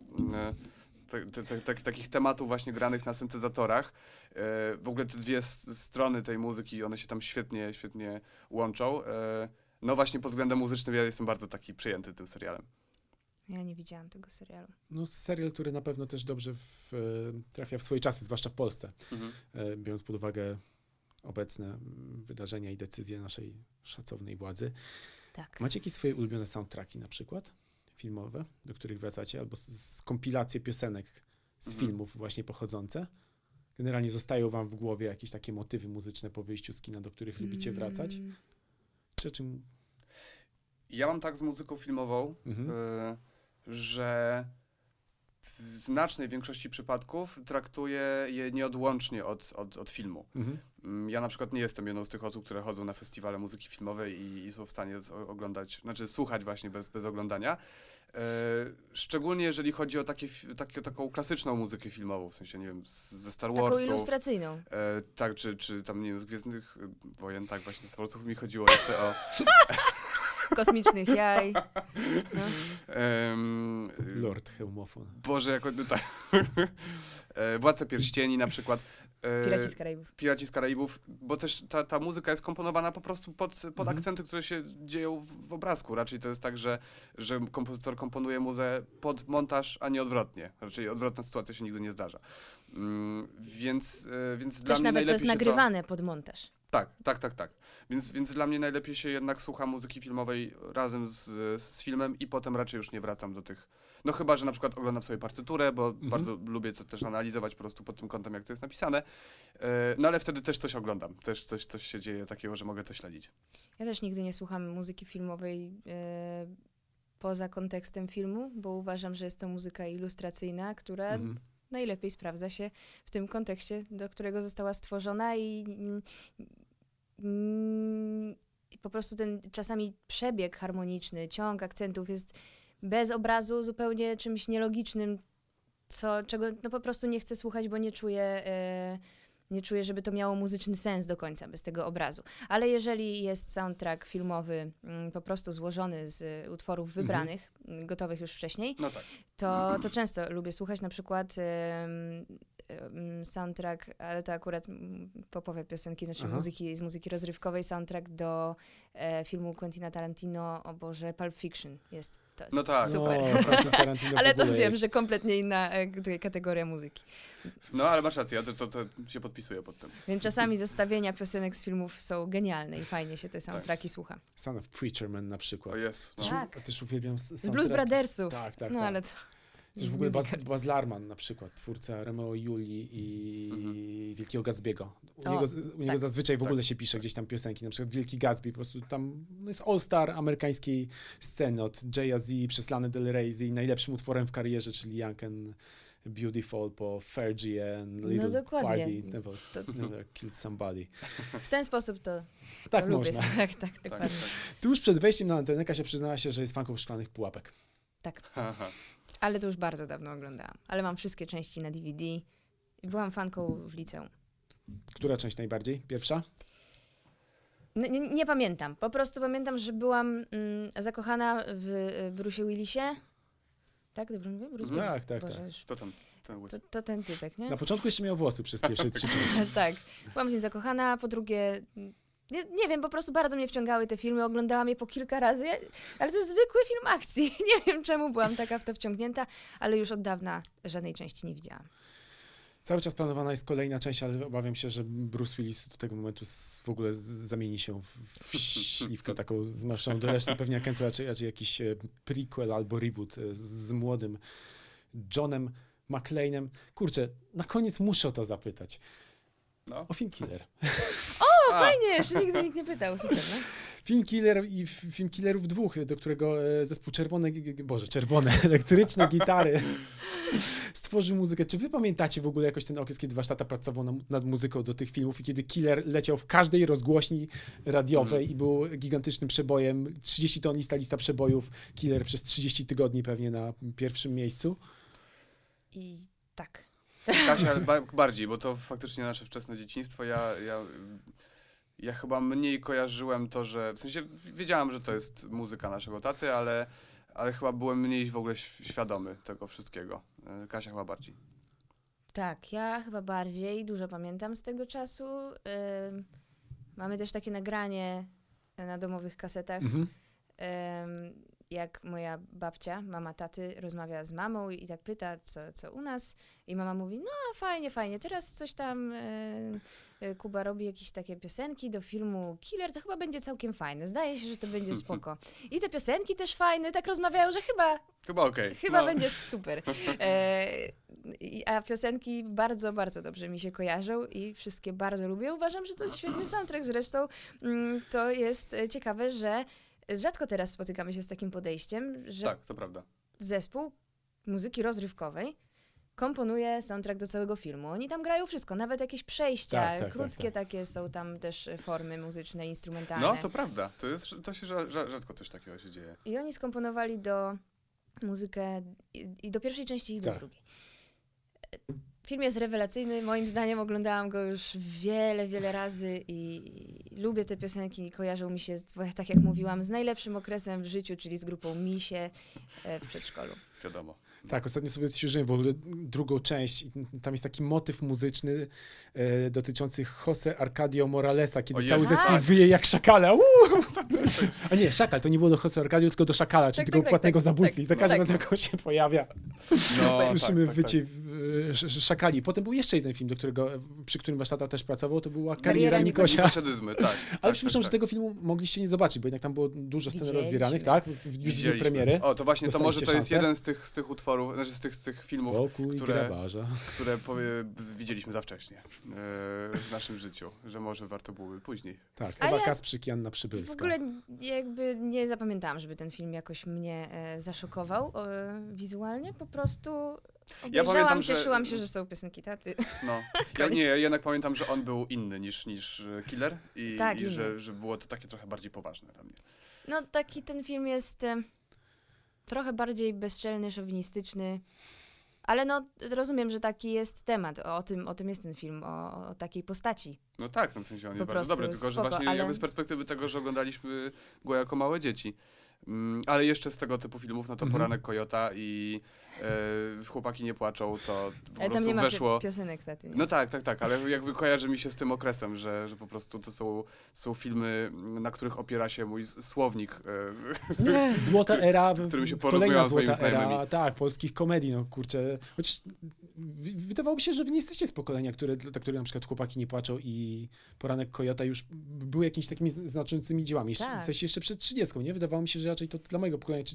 takich tematów właśnie granych na syntezatorach. W ogóle te dwie strony tej muzyki, one się tam świetnie łączą. No właśnie pod względem muzycznym ja jestem bardzo taki przyjęty tym serialem. Ja nie widziałam tego serialu. No serial, który na pewno też dobrze trafia w swoje czasy, zwłaszcza w Polsce, biorąc pod uwagę obecne wydarzenia i decyzje naszej szacownej władzy. Tak. Macie jakieś swoje ulubione soundtracki na przykład filmowe, do których wracacie, albo kompilacje piosenek z filmów właśnie pochodzące? Generalnie zostają wam w głowie jakieś takie motywy muzyczne po wyjściu z kina, do których lubicie wracać? Czy czym... Ja mam tak z muzyką filmową, że w znacznej większości przypadków traktuję je nieodłącznie od filmu. Ja na przykład nie jestem jedną z tych osób, które chodzą na festiwale muzyki filmowej i są w stanie oglądać, znaczy słuchać właśnie bez oglądania. Szczególnie jeżeli chodzi o taką klasyczną muzykę filmową, w sensie, nie wiem, ze Star Warsów. Taką ilustracyjną. Tak, czy tam, nie wiem, z Gwiezdnych Wojen, tak, właśnie z Star Warsów mi chodziło jeszcze o... kosmicznych jaj. No. Lord Hełmofon. Boże, tak. Władca Pierścieni na przykład. Piraci z Karaibów. Piraci z Karaibów, bo też ta muzyka jest komponowana po prostu pod akcenty, które się dzieją w obrazku. Raczej to jest tak, że kompozytor komponuje muzę pod montaż, a nie odwrotnie. Raczej odwrotna sytuacja się nigdy nie zdarza. Więc dla też mnie nawet to jest nagrywane to... pod montaż. Tak. Więc dla mnie najlepiej się jednak słucha muzyki filmowej razem z filmem i potem raczej już nie wracam do tych. No chyba, że na przykład oglądam sobie partyturę, bo bardzo lubię to też analizować po prostu pod tym kątem, jak to jest napisane. No ale wtedy też coś oglądam. Też coś się dzieje takiego, że mogę to śledzić. Ja też nigdy nie słucham muzyki filmowej poza kontekstem filmu, bo uważam, że jest to muzyka ilustracyjna, która najlepiej sprawdza się w tym kontekście, do którego została stworzona i po prostu ten czasami przebieg harmoniczny, ciąg akcentów jest bez obrazu zupełnie czymś nielogicznym, czego no po prostu nie chcę słuchać, bo nie czuję, żeby to miało muzyczny sens do końca bez tego obrazu. Ale jeżeli jest soundtrack filmowy po prostu złożony z utworów wybranych, gotowych już wcześniej, no tak. to często lubię słuchać na przykład soundtrack, ale to akurat popowe piosenki, znaczy z muzyki rozrywkowej, soundtrack do filmu Quentina Tarantino, o Boże, Pulp Fiction jest. To jest no tak. super. No, ale to wiem, że kompletnie inna kategoria muzyki. No, ale masz rację, ja to się podpisuję pod tym. Więc czasami zestawienia piosenek z filmów są genialne i fajnie się te soundtracki słucha. Son of Preacher Man na przykład. O jest. No. Tak. Też uwielbiam z Blues Brothersów. Tak. No ale to... Też w ogóle Baz Luhrmann na przykład, twórca Romeo i Julii i Wielkiego Gatsby'ego. U niego zazwyczaj w ogóle się pisze gdzieś tam piosenki, na przykład Wielki Gatsby, po prostu tam jest all-star amerykańskiej sceny, od Jay-Z przez Lana Del Rey z jej najlepszym utworem w karierze, czyli Young and Beautiful, po Fergie and Little Party, Never Killed Somebody. W ten sposób to tak to można. Lubię. Tak, dokładnie. Tuż przed wejściem na antenę Kasia przyznała się, że jest fanką Szklanych Pułapek. Tak. Ale to już bardzo dawno oglądałam. Ale mam wszystkie części na DVD. Byłam fanką w liceum. Która część najbardziej? Pierwsza? Nie pamiętam. Po prostu pamiętam, że byłam zakochana w Bruce'ie Willisie. Tak? Dobrze mówię? Bruce Tak. Boże, To ten ten typek, nie? Na początku jeszcze miał włosy przez pierwsze 3 części. Tak. Byłam z nim zakochana. Po drugie... Nie wiem, po prostu bardzo mnie wciągały te filmy, oglądałam je po kilka razy, ale to jest zwykły film akcji. Nie wiem, czemu byłam taka w to wciągnięta, ale już od dawna żadnej części nie widziałam. Cały czas planowana jest kolejna część, ale obawiam się, że Bruce Willis do tego momentu w ogóle zamieni się w śliwkę taką zmarszczoną do reszty. Pewnie jak raczej jakiś prequel albo reboot z młodym Johnem McClane'em. Kurczę, na koniec muszę o to zapytać. No. O film Killer. Fajnie, jeszcze nigdy nikt nie pytał, super, no? Film Killer i film Killerów 2, do którego zespół czerwone elektryczne gitary stworzył muzykę. Czy wy pamiętacie w ogóle jakoś ten okres, kiedy wasz tata pracował nad muzyką do tych filmów i kiedy Killer leciał w każdej rozgłośni radiowej i był gigantycznym przebojem, 30 ton lista przebojów, Killer przez 30 tygodni pewnie na pierwszym miejscu? I tak. Kasia bardziej, bo to faktycznie nasze wczesne dzieciństwo. Ja chyba mniej kojarzyłem to, że... W sensie wiedziałam, że to jest muzyka naszego taty, ale chyba byłem mniej w ogóle świadomy tego wszystkiego. Kasia chyba bardziej. Tak, ja chyba bardziej. Dużo pamiętam z tego czasu. Mamy też takie nagranie na domowych kasetach. Jak moja babcia, mama taty, rozmawia z mamą i tak pyta, co u nas. I mama mówi, no fajnie, teraz coś tam Kuba robi jakieś takie piosenki do filmu Killer, to chyba będzie całkiem fajne. Zdaje się, że to będzie spoko. I te piosenki też fajne, tak rozmawiają, że chyba okej. Chyba będzie super. A piosenki bardzo, bardzo dobrze mi się kojarzą i wszystkie bardzo lubię. Uważam, że to jest świetny soundtrack. Zresztą to jest ciekawe, że rzadko teraz spotykamy się z takim podejściem, że tak, to prawda. Zespół muzyki rozrywkowej komponuje soundtrack do całego filmu. Oni tam grają wszystko, nawet jakieś przejścia, krótkie takie są tam też formy muzyczne, instrumentalne. No, to prawda. To się rzadko coś takiego się dzieje. I oni skomponowali do muzykę i do pierwszej części i do drugiej. Film jest rewelacyjny, moim zdaniem oglądałam go już wiele, wiele razy i lubię te piosenki, kojarzą mi się, tak jak mówiłam, z najlepszym okresem w życiu, czyli z grupą Misie w przedszkolu. Wiadomo. Tak, ostatnio sobie odświeżyłem w ogóle drugą część i tam jest taki motyw muzyczny dotyczący Jose Arcadio Moralesa, kiedy cały zespół wyje jak szakala. A nie, szakal, to nie było do Jose Arcadio, tylko do szakala, czyli tego płatnego zabójcy. I za każdym razem, jak on się pojawia, słyszymy wycie szakali. Potem był jeszcze jeden film, przy którym wasz tata też pracował, to była Kariera Nikosia. Ale przypuszczam, że tego filmu mogliście nie zobaczyć, bo jednak tam było dużo scen rozbieranych, tak? W dniu premiery. O, to właśnie, to może to jest jeden z tych utworów, znaczy z tych filmów, które widzieliśmy za wcześnie w naszym życiu, że może warto byłoby później. Tak, Ewa Kasprzyk, Janna Przybylska. W ogóle jakby nie zapamiętałam, żeby ten film jakoś mnie zaszokował wizualnie, po prostu obejrzałam, cieszyłam się, że są piosenki taty. No, ja jednak pamiętam, że on był inny niż Killer i że było to takie trochę bardziej poważne dla mnie. No taki ten film jest trochę bardziej bezczelny, szowinistyczny, ale no rozumiem, że taki jest temat, o tym jest ten film, o takiej postaci. No tak, no w sensie on jest bardzo dobry, tylko że właśnie jakby z perspektywy tego, że oglądaliśmy go jako małe dzieci. Ale jeszcze z tego typu filmów, no to Poranek Kojota i Chłopaki nie płaczą, to po prostu tam nie ma weszło. Piosenek taty. Nie? No tak, ale jakby kojarzy mi się z tym okresem, że po prostu to są filmy, na których opiera się mój słownik. Złota era, którym się kolejna złota era, tak, polskich komedii, no kurczę. Chociaż wydawało mi się, że wy nie jesteście z pokolenia, dla których na przykład Chłopaki nie płaczą i Poranek Kojota już były jakimiś takimi znaczącymi dziełami. Tak. Jesteście jeszcze przed 30, nie? Wydawało mi się, że raczej to dla mojego pokolenia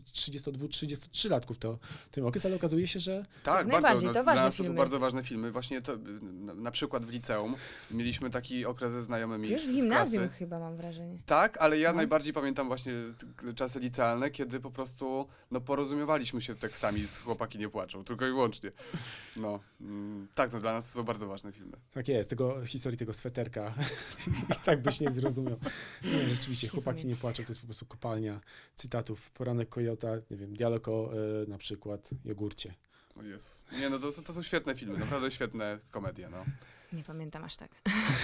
32-33 to ten okres, ale okazuje się, że... Tak, bardzo. No, dla nas to są bardzo ważne filmy. Właśnie to, na przykład w liceum mieliśmy taki okres ze znajomymi już z w gimnazjum klasy. chyba mam wrażenie. Tak, ale ja najbardziej pamiętam właśnie czasy licealne, kiedy po prostu porozumiewaliśmy się tekstami z Chłopaki nie płaczą, tylko i wyłącznie. No, tak, no dla nas to są bardzo ważne filmy. Tak jest, historii tego sweterka i tak byś nie zrozumiał. Nie, rzeczywiście, Chłopaki nie płaczą, to jest po prostu kopalnia cytatów. Poranek Kojota, nie wiem, dialog o na przykład jogurcie. O Jezus. Nie, no to są świetne filmy, naprawdę świetne komedie, no. Nie pamiętam aż tak.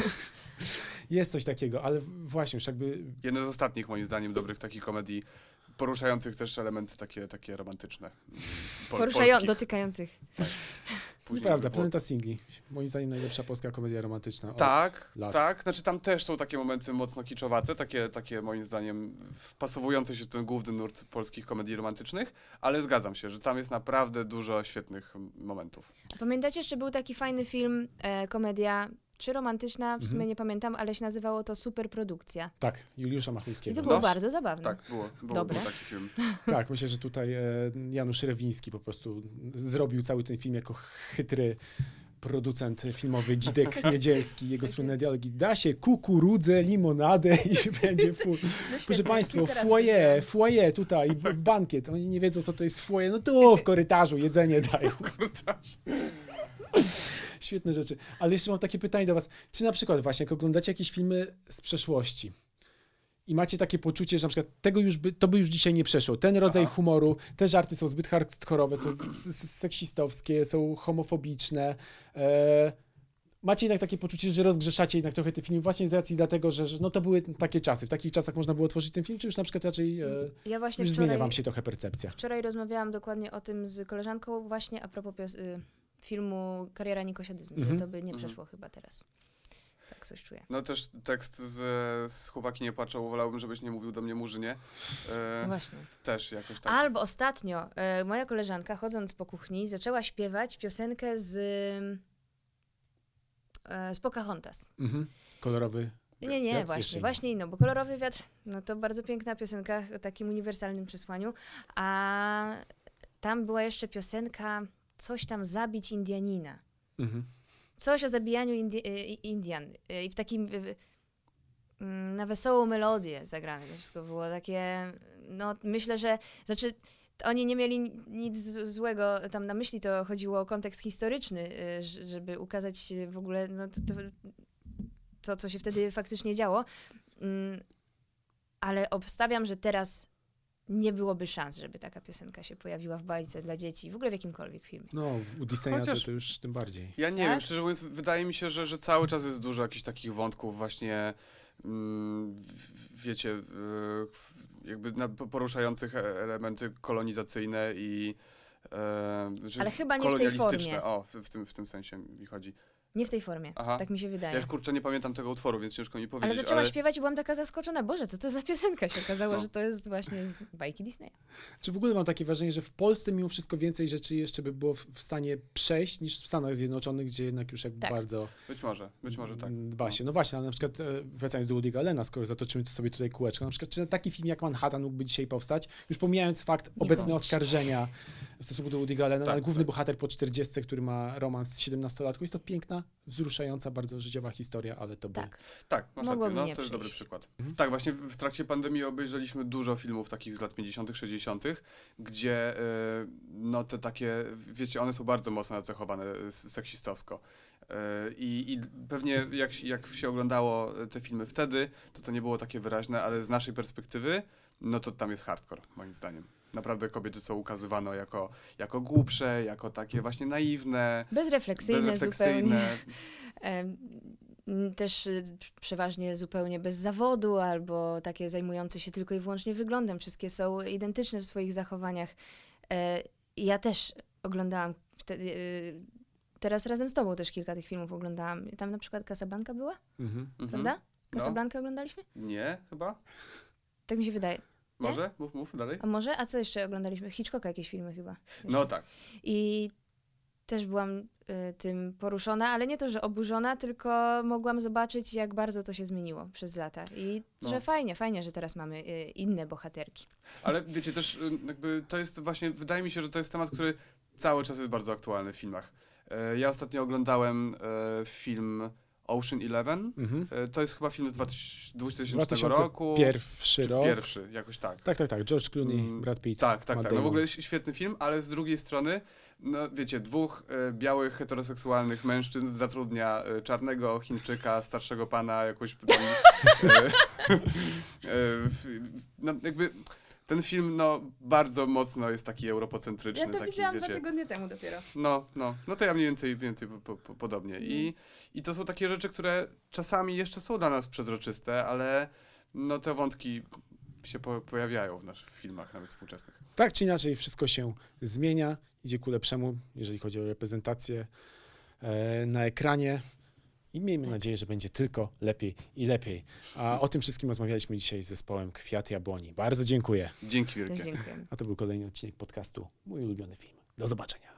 Jest coś takiego, ale właśnie już jakby... Jeden z ostatnich, moim zdaniem, dobrych takich komedii, poruszających też elementy takie romantyczne. Dotykających. Tak. Prawda, Planeta Singli. Moim zdaniem najlepsza polska komedia romantyczna od lat. Tak. Znaczy tam też są takie momenty mocno kiczowate, takie moim zdaniem wpasowujące się w ten główny nurt polskich komedii romantycznych, ale zgadzam się, że tam jest naprawdę dużo świetnych momentów. Pamiętacie, jeszcze był taki fajny film, komedia, czy romantyczna, w sumie nie pamiętam, ale się nazywało to Superprodukcja. Tak, Juliusza Machulskiego. I to było bardzo zabawne. Tak, był taki film. Tak, myślę, że tutaj Janusz Rewiński po prostu zrobił cały ten film jako chytry producent filmowy Dzidek Niedzielski, jego słynne dialogi. Da się kukurudzę, limonadę i będzie full. Proszę Państwa, foyer tutaj, bankiet. Oni nie wiedzą, co to jest foyer. No tu w korytarzu jedzenie dają. Świetne rzeczy. Ale jeszcze mam takie pytanie do was. Czy na przykład właśnie, jak oglądacie jakieś filmy z przeszłości i macie takie poczucie, że na przykład to by już dzisiaj nie przeszło. Ten rodzaj humoru, te żarty są zbyt hardkorowe, są seksistowskie, są homofobiczne. Macie jednak takie poczucie, że rozgrzeszacie jednak trochę te filmy właśnie z racji dlatego, że no to były takie czasy. W takich czasach można było tworzyć ten film, czy już na przykład raczej już zmienia wam się trochę percepcja? Wczoraj rozmawiałam dokładnie o tym z koleżanką właśnie a propos filmu Kariera Nikosia, że to by nie przeszło chyba teraz. Tak coś czuję. No też tekst z Chłopaki nie płaczą, wolałbym, żebyś nie mówił do mnie Murzynie. Właśnie. Też jakoś tak. Albo ostatnio moja koleżanka, chodząc po kuchni, zaczęła śpiewać piosenkę z Pocahontas. Kolorowy Nie, właśnie inną, bo Kolorowy wiatr, no to bardzo piękna piosenka o takim uniwersalnym przesłaniu, a tam była jeszcze piosenka coś tam zabić Indianina. Coś o zabijaniu Indian. I w takim na wesołą melodię zagrane. To wszystko było takie, no myślę, że oni nie mieli nic złego tam na myśli, to chodziło o kontekst historyczny, żeby ukazać w ogóle to, co się wtedy faktycznie działo. Ale obstawiam, że teraz nie byłoby szans, żeby taka piosenka się pojawiła w bajce dla dzieci, w ogóle w jakimkolwiek filmie. No, u Disneya Chociaż- to już tym bardziej. Ja nie Tak? wiem, szczerze mówiąc, wydaje mi się, że cały czas jest dużo jakichś takich wątków właśnie, wiecie, jakby poruszających elementy kolonizacyjne i Ale chyba nie w tej kolonialistyczne. formie. O, w tym sensie mi chodzi. Nie w tej formie, Aha. tak mi się Ja wydaje. już kurczę nie pamiętam tego utworu, więc ciężko mi powiedzieć. Ale zaczęła śpiewać i byłam taka zaskoczona. Boże, co to za piosenka? Się okazało, że to jest właśnie z bajki Disneya. Czy w ogóle mam takie wrażenie, że w Polsce mimo wszystko więcej rzeczy jeszcze by było w stanie przejść niż w Stanach Zjednoczonych, gdzie jednak już jakby Tak. bardzo Być może tak. dba się. No właśnie, ale na przykład wracając do Woody'ego Allena, skoro zatoczymy to sobie tutaj kółeczko, na przykład czy taki film jak Manhattan mógłby dzisiaj powstać, już pomijając fakt obecne koniecznie. oskarżenia w stosunku do Woody'ego Allena, Tak, ale główny tak. bohater po 40, który ma romans z 17-latką, jest to piękna, wzruszająca, bardzo życiowa historia, ale to by... Tak. Tak, masz rację, Mogłoby no nie to jest dobry przyjść. przykład. Tak, właśnie w trakcie pandemii obejrzeliśmy dużo filmów takich z lat 50., 60., gdzie no te takie, wiecie, one są bardzo mocno nacechowane seksistowsko. I pewnie jak się oglądało te filmy wtedy, to nie było takie wyraźne, ale z naszej perspektywy, no to tam jest hardcore, moim zdaniem. Naprawdę kobiety są ukazywane jako głupsze, jako takie właśnie naiwne, Bezrefleksyjne zupełnie. bezrefleksyjne. Też przeważnie zupełnie bez zawodu, albo takie zajmujące się tylko i wyłącznie wyglądem. Wszystkie są identyczne w swoich zachowaniach. Ja też oglądałam wtedy, teraz razem z tobą też kilka tych filmów oglądałam. Tam na przykład Casablanca była, Mhm. prawda? No. Casablanca oglądaliśmy? Nie, chyba? Tak mi się wydaje. Może? Mów dalej. A może? A co jeszcze oglądaliśmy? Hitchcocka jakieś filmy chyba. No tak. I też byłam tym poruszona, ale nie to, że oburzona, tylko mogłam zobaczyć, jak bardzo to się zmieniło przez lata. I No. że fajnie, że teraz mamy inne bohaterki. Ale wiecie, też jakby to jest właśnie, wydaje mi się, że to jest temat, który cały czas jest bardzo aktualny w filmach. Ja ostatnio oglądałem film Ocean Eleven. To jest chyba film z 2000 roku. 2001 rok. Pierwszy, jakoś tak. Tak. George Clooney, Brad Pitt. Tak. Matt No Damon. w ogóle świetny film, ale z drugiej strony, no wiecie, dwóch białych, heteroseksualnych mężczyzn zatrudnia czarnego Chińczyka, starszego pana, jakoś tam, no jakby ten film, no bardzo mocno jest taki europocentryczny. Ja to taki, widziałam wiecie, 2 tygodnie temu dopiero. No to ja mniej więcej podobnie. I to są takie rzeczy, które czasami jeszcze są dla nas przezroczyste, ale no te wątki się pojawiają w naszych filmach, nawet współczesnych. Tak czy inaczej wszystko się zmienia, idzie ku lepszemu, jeżeli chodzi o reprezentację na ekranie i miejmy nadzieję, że będzie tylko lepiej i lepiej. A o tym wszystkim rozmawialiśmy dzisiaj z zespołem Kwiat Jabłoni. Bardzo dziękuję. Dzięki wielkie. Też dziękujemy. A to był kolejny odcinek podcastu Mój ulubiony film. Do zobaczenia.